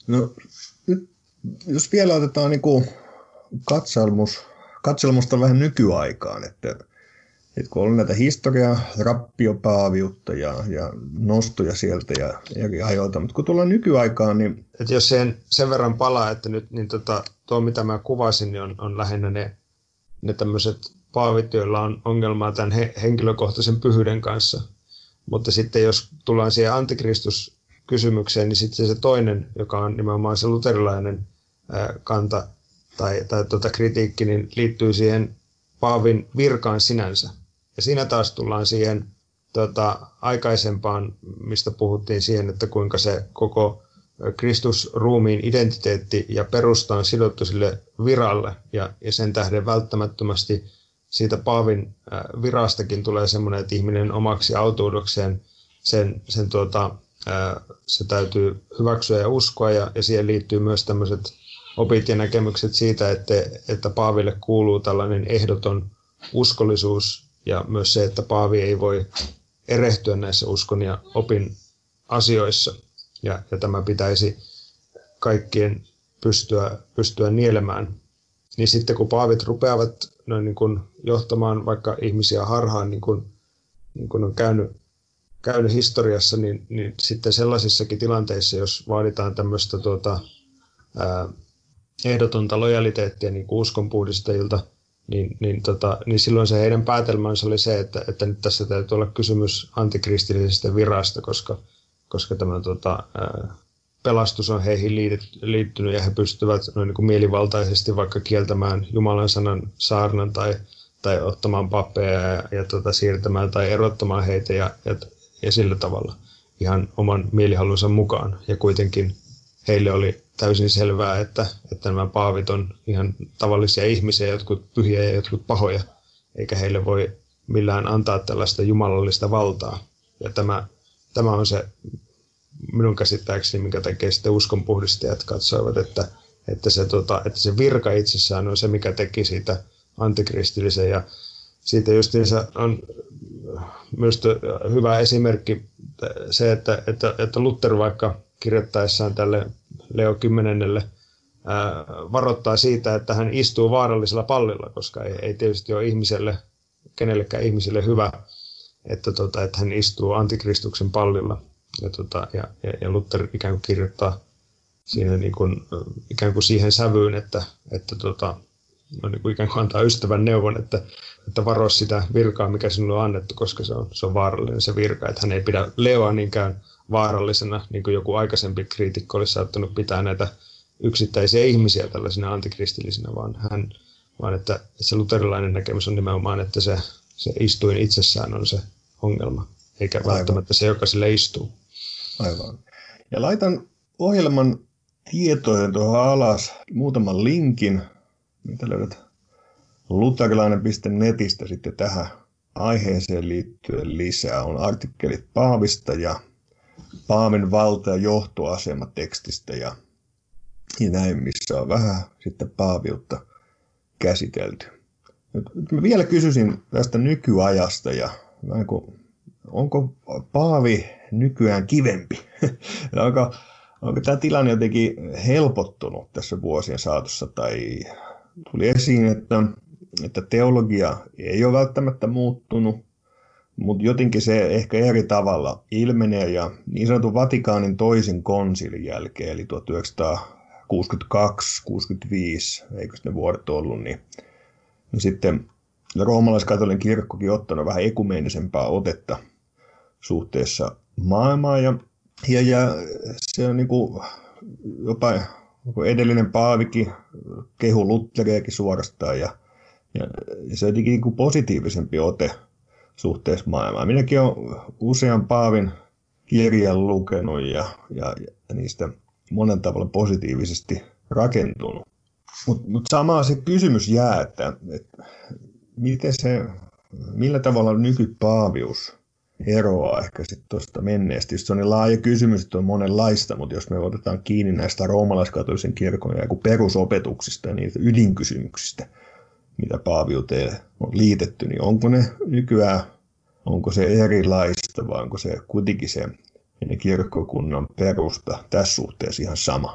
No, nyt, jos vielä otetaan niin kuin katselmus, katselmusta vähän nykyaikaan, että, että kun on näitä historiaa, rappiopaaviutta ja, ja nostoja sieltä ja eri ajoilta, mutta kun tullaan nykyaikaan, niin... Että jos sen, sen verran palaa, että nyt niin tota, tuo mitä mä kuvasin, niin on, on lähinnä ne, ne tämmöiset paavit, joilla on ongelmaa tämän he, henkilökohtaisen pyhyyden kanssa. Mutta sitten jos tullaan siihen antikristuskysymykseen, niin sitten se toinen, joka on nimenomaan se luterilainen ää, kanta tai, tai tuota kritiikki, niin liittyy siihen paavin virkaan sinänsä. Ja siinä taas tullaan siihen tota, aikaisempaan, mistä puhuttiin siihen, että kuinka se koko Kristusruumiin identiteetti ja perusta on sidottu sille viralle, ja, ja sen tähden välttämättömästi siitä paavin äh, virastakin tulee semmoinen, että ihminen omaksi autuudokseen sen, sen tuota, äh, se täytyy hyväksyä ja uskoa, ja, ja siihen liittyy myös tämmöiset opit ja näkemykset siitä, että, että paaville kuuluu tällainen ehdoton uskollisuus, ja myös se, että paavi ei voi erehtyä näissä uskon ja opin asioissa. Ja, ja tämä pitäisi kaikkien pystyä, pystyä nielemään. Niin sitten kun paavit rupeavat noin niin kuin johtamaan vaikka ihmisiä harhaan, niin kuin, niin kuin on käynyt, käynyt historiassa, niin, niin sitten sellaisissakin tilanteissa, jos vaaditaan tämmöistä tuota, ää, ehdotonta lojaliteettia niin kuin uskonpuhdistajilta, niin, niin, tota, niin silloin se heidän päätelmänsä oli se, että, että nyt tässä täytyy olla kysymys antikristillisestä virasta, koska koska tämä tota, ää, pelastus on heihin liittynyt ja he pystyvät noin niin kuin mielivaltaisesti vaikka kieltämään Jumalan sanan saarnan tai, tai ottamaan pappeja ja, ja tota, siirtämään tai erottamaan heitä ja, ja, ja sillä tavalla ihan oman mielihalunsa mukaan. Ja kuitenkin heille oli täysin selvää, että, että nämä paavit on ihan tavallisia ihmisiä, jotkut pyhiä ja jotkut pahoja, eikä heille voi millään antaa tällaista jumalallista valtaa. Ja tämä Tämä on se minun käsittääkseni, minkä takia sitten uskonpuhdistajat katsoivat, että, että, se, tota, että se virka itsessään on se, mikä teki siitä antikristillisen. Ja siitä justiinsa on myös hyvä esimerkki se, että, että, että Luther vaikka kirjoittaessaan tälle Leo kymmenennelle ää, varoittaa siitä, että hän istuu vaarallisella pallilla, koska ei, ei tietysti ole ihmiselle, kenellekään ihmiselle hyvä, Että, tota, että hän istuu antikristuksen pallilla. Ja, tota, ja, ja Luther ikään kuin kirjoittaa siinä niin kuin, ikään kuin siihen sävyyn, että, että tota, no niin kuin ikään kuin antaa ystävän neuvon, että, että varo sitä virkaa, mikä sinulle on annettu, koska se on, se on vaarallinen se virka. Että hän ei pidä Leoa niinkään vaarallisena, niin kuin joku aikaisempi kriitikko olisi saattanut pitää näitä yksittäisiä ihmisiä tällaisina antikristillisinä, vaan, hän, vaan että, että se luterilainen näkemys on nimenomaan, että se Se istuin itsessään on se ongelma, eikä Aivan. välttämättä se, joka sille istuu. Aivan. Ja laitan ohjelman tietojen tuohon alas muutaman linkin, mitä löydät luterilainen piste netistä sitten tähän aiheeseen liittyen lisää. On artikkelit Paavista ja Paavin valta- ja johtoasema tekstistä ja, ja näin, missä on vähän sitten paaviutta käsitelty. Nyt mä vielä kysyisin tästä nykyajasta ja onko paavi nykyään kivempi? onko, onko tämä tilanne jotenkin helpottunut tässä vuosien saatossa tai tuli esiin, että, että teologia ei ole välttämättä muuttunut, mutta jotenkin se ehkä eri tavalla ilmenee ja niin sanotun Vatikaanin toisen konsilin jälkeen, eli tuhatyhdeksänsataakuusikymmentäkaksi kuusikymmentäviisi, eikö ne vuodet ollut, niin ja sitten roomalaiskatolinen kirkkokin ottanut vähän ekumeenisempaa otetta suhteessa maailmaan. Ja, ja, ja se on niin kuin jopa edellinen paavikin kehu Lutheriakin suorastaan. Ja, ja se on jotenkin niin kuin positiivisempi ote suhteessa maailmaan. Minäkin olen usean paavin kirjan lukenut ja, ja, ja niistä monen tavalla positiivisesti rakentunut. Mutta mut samaa se kysymys jää, että, että miten se, millä tavalla nykypaavius eroaa ehkä sitten tuosta menneestä. Just se on niin laaja kysymys, että on monenlaista, mutta jos me otetaan kiinni näistä roomalaiskatolisen kirkon ja perusopetuksista ja niistä ydinkysymyksistä, mitä paaviuteen on liitetty, niin onko ne nykyään, onko se erilaista vai onko se kuitenkin se kirkkokunnan perusta tässä suhteessa ihan sama?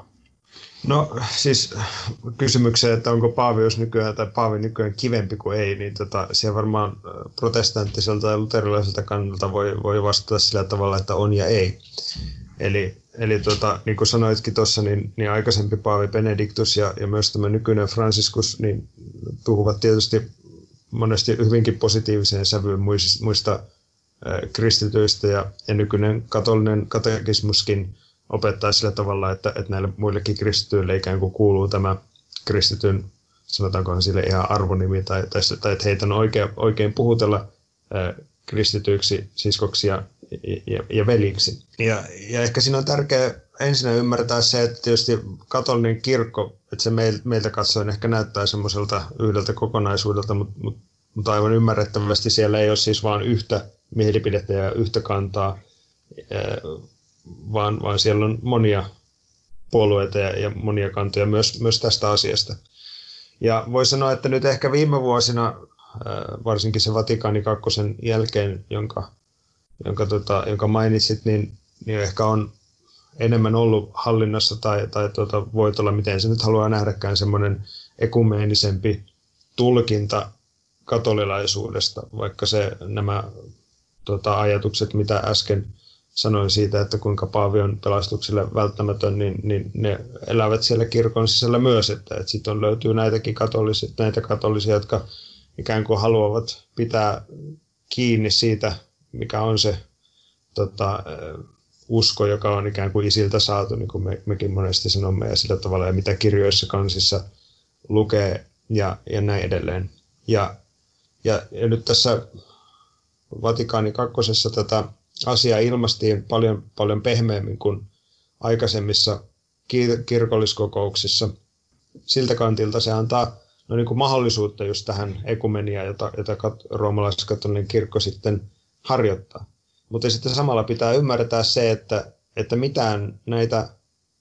No siis kysymykseen, että onko paavius nykyään tai paavi nykyään kivempi kuin ei, niin tota, siellä varmaan protestanttiselta ja luterilaiselta kannalta voi, voi vastata sillä tavalla, että on ja ei. Eli, eli tota, niin kuin sanoitkin tuossa, niin, niin aikaisempi paavi Benediktus ja, ja myös tämä nykyinen Franciscus niin puhuvat tietysti monesti hyvinkin positiiviseen sävyyn muista, muista äh, kristityistä ja, ja nykyinen katolinen katekismuskin opettaa sillä tavalla, että, että näille muillekin kristityille ikään kuin kuuluu tämä kristityn, sanotaankohan sille ihan arvonimi, tai, tai, tai että heitä on oikein, oikein puhutella ää, kristityiksi, siskoksi ja, ja, ja veliksi. Ja, ja ehkä siinä on tärkeää ensin ymmärtää se, että tietysti katolinen kirkko, että se meiltä katsoen ehkä näyttää semmoiselta yhdeltä kokonaisuudelta, mutta, mutta, mutta aivan ymmärrettävästi siellä ei ole siis vain yhtä mielipidettä ja yhtä kantaa, ää, Vaan, vaan siellä on monia puolueita ja, ja monia kantoja myös, myös tästä asiasta. Ja voi sanoa, että nyt ehkä viime vuosina, varsinkin se Vatikaani kakkosen jälkeen, jonka, jonka, tota, jonka mainitsit, niin, niin ehkä on enemmän ollut hallinnassa tai, tai tota, voi olla, miten se nyt haluaa nähdäkään, semmoinen ekumeenisempi tulkinta katolilaisuudesta, vaikka se nämä tota, ajatukset, mitä äsken sanoin siitä, että kuinka paavi on pelastukselle välttämätön, niin, niin ne elävät siellä kirkon sisällä myös, että, että sitten löytyy näitäkin katolisia, näitä katolisia, jotka ikään kuin haluavat pitää kiinni siitä, mikä on se tota, usko, joka on ikään kuin isiltä saatu, niin kuin me, mekin monesti sanomme, ja sillä tavalla, ja mitä kirjoissa kansissa lukee, ja, ja näin edelleen. Ja, ja, ja nyt tässä Vatikaani kakkosessa tätä asia ilmastiin paljon, paljon pehmeämmin kuin aikaisemmissa kir- kirkolliskokouksissa. Siltä kantilta se antaa no niin kuin mahdollisuutta just tähän ekumeniaan, jota, jota kat- roomalaiskatolinen kirkko sitten harjoittaa. Mutta sitten samalla pitää ymmärtää se, että, että mitään näitä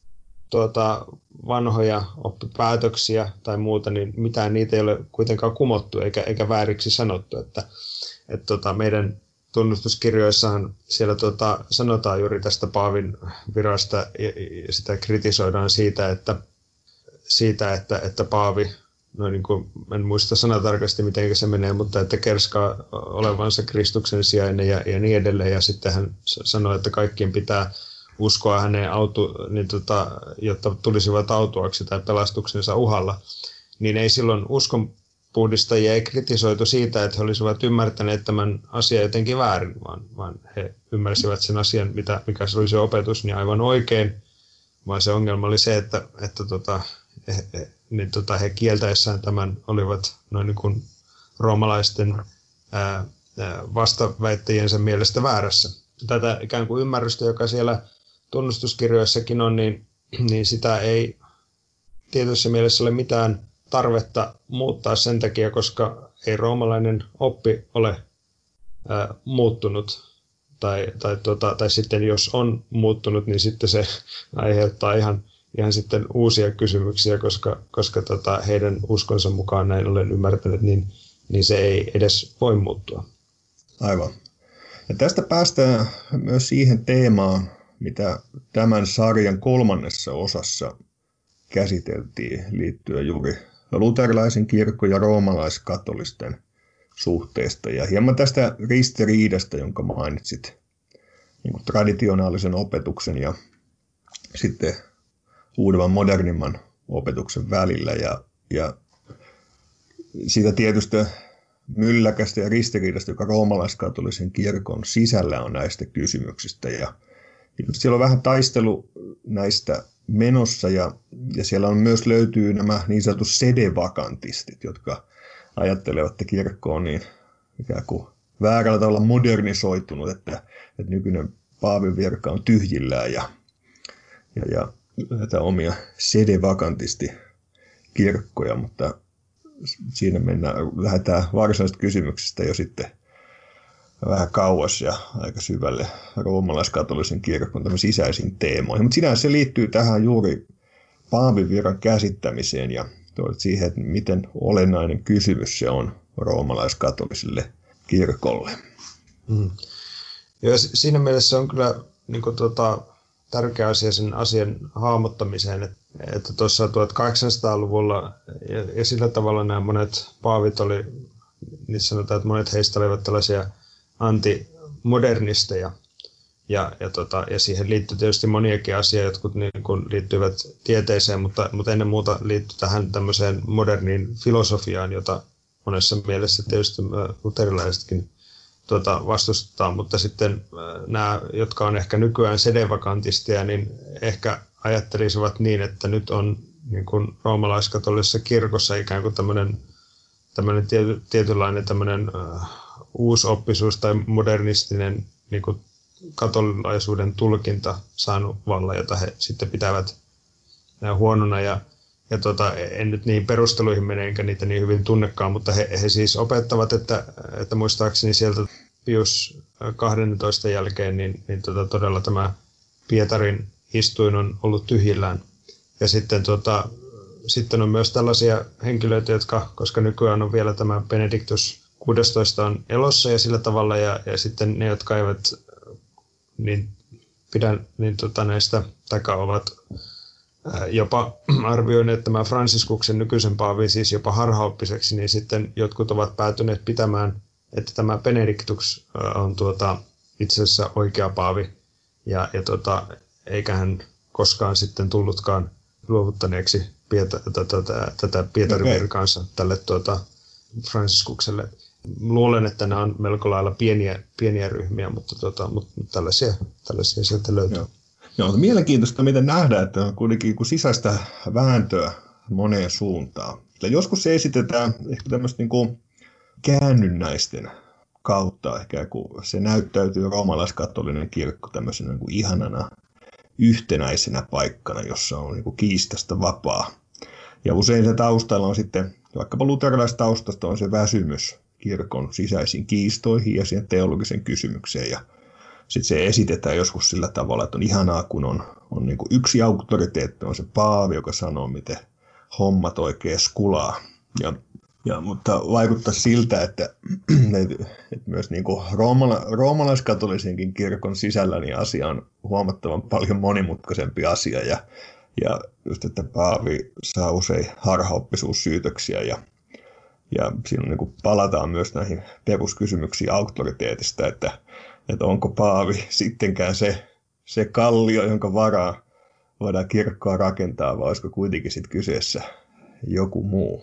tuota, vanhoja oppipäätöksiä tai muuta, niin mitään niitä ei ole kuitenkaan kumottu eikä, eikä vääriksi sanottu. Että, että tota, meidän tunnustuskirjoissahan siellä tota, sanotaan juuri tästä paavin virasta ja, ja sitä kritisoidaan siitä, että, siitä, että, että paavi, no niin kuin, en muista sanatarkasti miten se menee, mutta että kerskaa olevansa Kristuksen sijainen ja, ja niin edelleen. Ja sitten hän sanoi, että kaikkien pitää uskoa häneen, autu, niin tota, jotta tulisivat autuaksi tai pelastuksensa uhalla. Niin ei silloin uskon puhdistajia ei kritisoitu siitä, että he olisivat ymmärtäneet tämän asian jotenkin väärin, vaan, vaan he ymmärsivät sen asian, mitä, mikä se oli se opetus, niin aivan oikein. Vaan se ongelma oli se, että, että tota, he, he, niin tota, he kieltäessään tämän olivat noin niin kuin roomalaisten ää, ää, vastaväittäjiensä mielestä väärässä. Tätä ikään kuin ymmärrystä, joka siellä tunnustuskirjoissakin on, niin, niin sitä ei tietyssä mielessä ole mitään tarvetta muuttaa sen takia, koska ei roomalainen oppi ole ää, muuttunut. Tai, tai, tota, tai sitten jos on muuttunut, niin sitten se aiheuttaa ihan, ihan sitten uusia kysymyksiä, koska, koska tota, heidän uskonsa mukaan, näin olen ymmärtänyt, niin, niin se ei edes voi muuttua. Aivan. Ja tästä päästään myös siihen teemaan, mitä tämän sarjan kolmannessa osassa käsiteltiin liittyen juuri luterilaisen kirkon ja roomalaiskatolisten suhteesta. Ja hieman tästä ristiriidasta, jonka mainitsit, niin kuin traditionaalisen opetuksen ja sitten uudemman modernimman opetuksen välillä. Ja, ja siitä tietystä mylläkästä ja ristiriidasta, joka roomalaiskatolisen kirkon sisällä on näistä kysymyksistä. Ja siellä on vähän taistelu näistä menossa, ja, ja siellä on myös löytyy nämä niin sanotut sedevakantistit, jotka ajattelevat, että kirkko on niin ikään kuin väärällä tavalla modernisoitunut, että, että nykyinen paavin virka on tyhjillään, ja, ja, ja näitä omia sedevakantist-kirkkoja, mutta siinä mennään, lähdetään varsinaisesta kysymyksestä jo sitten vähän kauas ja aika syvälle roomalaiskatolisen kirkon sisäisiin teemoihin. Mutta sinänsä se liittyy tähän juuri paavin viran käsittämiseen ja siihen, että miten olennainen kysymys se on roomalaiskatoliselle kirkolle. Mm. Ja siinä mielessä on kyllä niin kuin, tota, tärkeä asia sen asian hahmottamiseen, että, että tuossa tuhatkahdeksansataaluvulla ja, ja sillä tavalla nämä monet paavit oli, niin sanotaan, että monet heistä olivat tällaisia antimodernisteja. Ja, ja, tota, ja siihen liittyy tietysti moniakin asioita, jotkut niin kuin liittyvät tieteeseen, mutta, mutta ennen muuta liittyy tähän tämmöiseen moderniin filosofiaan, jota monessa mielessä tietysti luterilaisetkin tuota, vastustetaan, mutta sitten nämä, jotka on ehkä nykyään sedevakantisteja, niin ehkä ajattelisivat niin, että nyt on niin kuin roomalaiskatolisessa kirkossa ikään kuin tämmöinen, tämmöinen tiety, tietynlainen tämmöinen uh, uusoppisuus tai modernistinen niin kuin katolilaisuuden tulkinta saanut valla, jota he sitten pitävät huonona. Ja, ja tota, en nyt niihin perusteluihin mene, enkä niitä niin hyvin tunnekaan, mutta he, he siis opettavat, että, että muistaakseni sieltä Pius kaksitoista jälkeen, niin, niin tota, todella tämä Pietarin istuin on ollut tyhjillään. Ja sitten, tota, sitten on myös tällaisia henkilöitä, jotka, koska nykyään on vielä tämä Benedictus kuusitoista on elossa ja sillä tavalla, ja, ja sitten ne, jotka eivät niin pidän niin tota näistä takaa ovat ää, jopa arvioineet tämän Fransiskuksen nykyisen paavin siis jopa harhaoppiseksi, niin sitten jotkut ovat päätyneet pitämään, että tämä Benedictus ää, on tuota, itse asiassa oikea paavi, ja, ja tota, eikä hän koskaan sitten tullutkaan luovuttaneeksi Pieta, tätä, tätä, tätä Pietarin okay. virkaansa tälle tuota, Franciskukselle. Luulen, että nämä on melko lailla pieniä, pieniä ryhmiä, mutta, tota, mutta tällaisia, tällaisia sieltä löytyy. Joo. Joo, on mielenkiintoista, miten nähdään, että on kuitenkin sisäistä vääntöä moneen suuntaan. Ja joskus se esitetään ehkä tämmöistä niin kuin käännynnäisten kautta, ehkä kun se näyttäytyy roomalaiskatolinen kirkko tämmöisenä niin kuin ihanana yhtenäisenä paikkana, jossa on niin kuin kiistasta vapaa. Ja usein se taustalla on sitten, vaikkapa luterilaistaustasta on se väsymys kirkon sisäisiin kiistoihin ja siihen teologisen kysymykseen. Ja sitten se esitetään joskus sillä tavalla, että on ihanaa, kun on, on niin kuin yksi auktoriteetti, on se paavi, joka sanoo, miten hommat oikein skulaa. Ja, ja, mutta vaikuttaa siltä, että, että myös niin kuin roomala, roomalaiskatolisenkin kirkon sisällä niin asia on huomattavan paljon monimutkaisempi asia. Ja, ja just, että paavi saa usein harhaoppisuussyytöksiä ja Ja siinä niin kuin palataan myös näihin peruskysymyksiin auktoriteetista, että, että onko paavi sittenkään se, se kallio, jonka varaa voidaan kirkkoa rakentaa, vai olisiko kuitenkin sit kyseessä joku muu?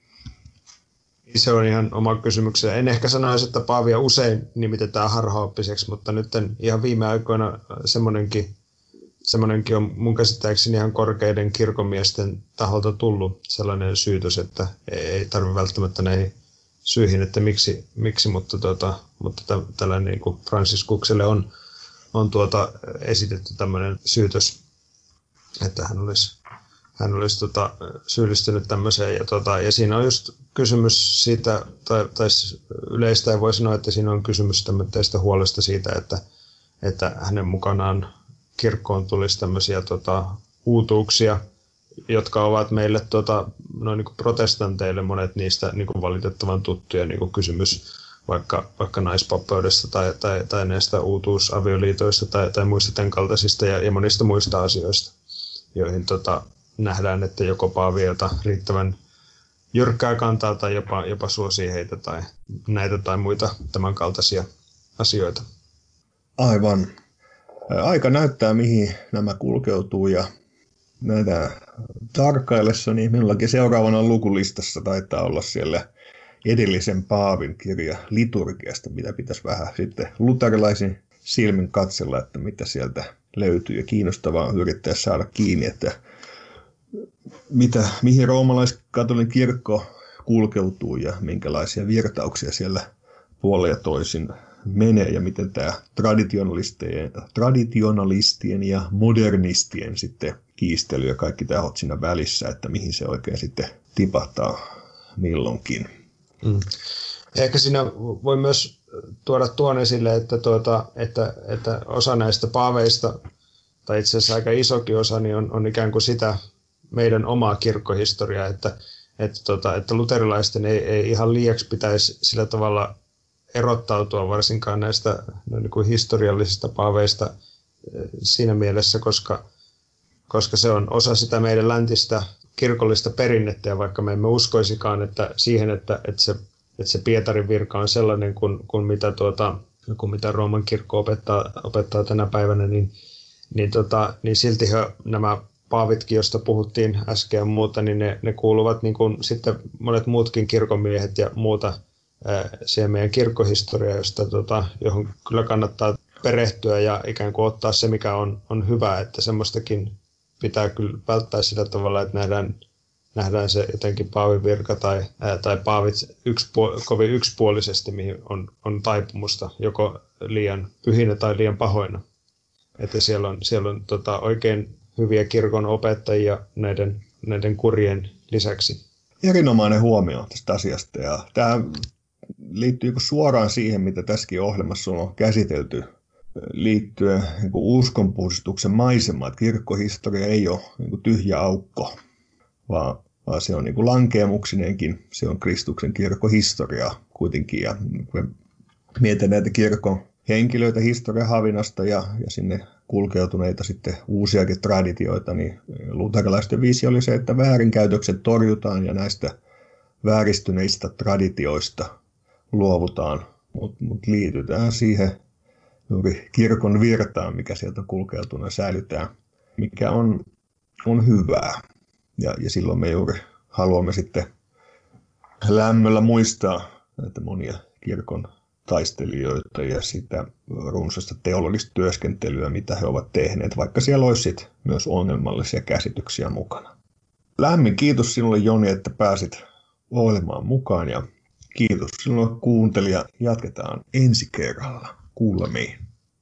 Se on ihan oma kysymyksensä. En ehkä sanoisi, että paavia usein nimitetään harhaoppiseksi, mutta nyt ihan viime aikoina semmoinenkin Semmoinenkin on mun käsittääkseni ihan korkeiden kirkonmiesten taholta tullut sellainen syytös, että ei tarvitse välttämättä näihin syihin, että miksi, miksi mutta, tuota, mutta tä, tällainen niin kuin Franciskukselle on, on tuota, esitetty tämmöinen syytös, että hän olisi, hän olisi tuota, syyllistynyt tämmöiseen. Ja, tuota, ja siinä on just kysymys siitä, tai, tai yleistä ei voi sanoa, että siinä on kysymys tämmöistä huolesta siitä, että, että hänen mukanaan kirkkoon tulisi tämmöisiä tota, uutuuksia, jotka ovat meille tota, noin niin kuin protestanteille monet niistä niin kuin valitettavan tuttuja, niin kuin kysymys vaikka, vaikka naispappeudesta tai, tai, tai näistä uutuusavioliitoista tai, tai muista tämän kaltaisista ja, ja monista muista asioista, joihin tota, nähdään, että joko paavi jota riittävän jyrkkää kantaa tai jopa, jopa suosii heitä tai näitä tai muita tämän kaltaisia asioita. Aivan. Aika näyttää, mihin nämä kulkeutuu, ja näitä tarkkaillessa, niin minullakin seuraavana lukulistassa taitaa olla siellä edellisen paavin kirja liturgiasta, mitä pitäisi vähän sitten luterilaisin silmin katsella, että mitä sieltä löytyy, ja kiinnostavaa on yrittää saada kiinni, että mitä, mihin roomalaiskatolinen kirkko kulkeutuu ja minkälaisia virtauksia siellä puolella ja toisin menee ja miten tämä traditionalistien, traditionalistien ja modernistien sitten kiistely ja kaikki tahot siinä välissä, että mihin se oikein sitten tipahtaa milloinkin. Mm. Ehkä siinä voi myös tuoda tuon esille, että, tuota, että, että osa näistä paaveista, tai itse asiassa aika isokin osa, niin on, on ikään kuin sitä meidän omaa kirkkohistoriaa, että, että, tuota, että luterilaisten ei, ei ihan liiaksi pitäisi sillä tavalla erottautua varsinkaan näistä no, niin kuin historiallisista paaveista siinä mielessä, koska, koska se on osa sitä meidän läntistä kirkollista perinnettä, ja vaikka me emme uskoisikaan että siihen, että, että, se, että se Pietarin virka on sellainen kuin, kuin, mitä, tuota, kuin mitä Rooman kirkko opettaa, opettaa tänä päivänä, niin, niin, tota, niin silti he, nämä paavitkin, joista puhuttiin äsken ja muuta, niin ne, ne kuuluvat niin kuin sitten monet muutkin kirkonmiehet ja muuta ää, siihen meidän kirkkohistoriaan, josta, tota, johon kyllä kannattaa perehtyä ja ikään kuin ottaa se, mikä on, on hyvä, että semmoistakin pitää kyllä välttää sillä tavalla, että nähdään, nähdään se jotenkin paavin virka tai, ää, tai paavit yksipuol- kovin yksipuolisesti, mihin on, on taipumusta, joko liian pyhinä tai liian pahoina. Että siellä on, siellä on tota, oikein hyviä kirkon opettajia näiden, näiden kurien lisäksi. Erinomainen huomio tästä asiasta. Ja tämä liittyy suoraan siihen, mitä tässäkin ohjelmassa on käsitelty liittyen niin uskonpuhdistuksen maisemaan. Kirkkohistoria ei ole niin tyhjä aukko, vaan, vaan se on niin lankeemuksinenkin. Se on Kristuksen kirkkohistoriaa kuitenkin. Ja kun mietin näitä kirkon henkilöitä historian havinasta ja, ja sinne kulkeutuneita sitten uusiakin traditioita, niin luterilaisten visio oli se, että väärinkäytökset torjutaan ja näistä vääristyneistä traditioista luovutaan, mutta mut liitytään siihen juuri kirkon virtaan, mikä sieltä kulkeutuna säilytään, mikä on, on hyvää. Ja, ja silloin me juuri haluamme sitten lämmöllä muistaa näitä monia kirkon taistelijoita ja sitä runsasta teologista työskentelyä, mitä he ovat tehneet, vaikka siellä olisi myös ongelmallisia käsityksiä mukana. Lämmin kiitos sinulle, Joni, että pääsit ohjelmaan mukaan, ja kiitos sinulle, kuuntelija. Jatketaan ensi kerralla. Kuulemiin.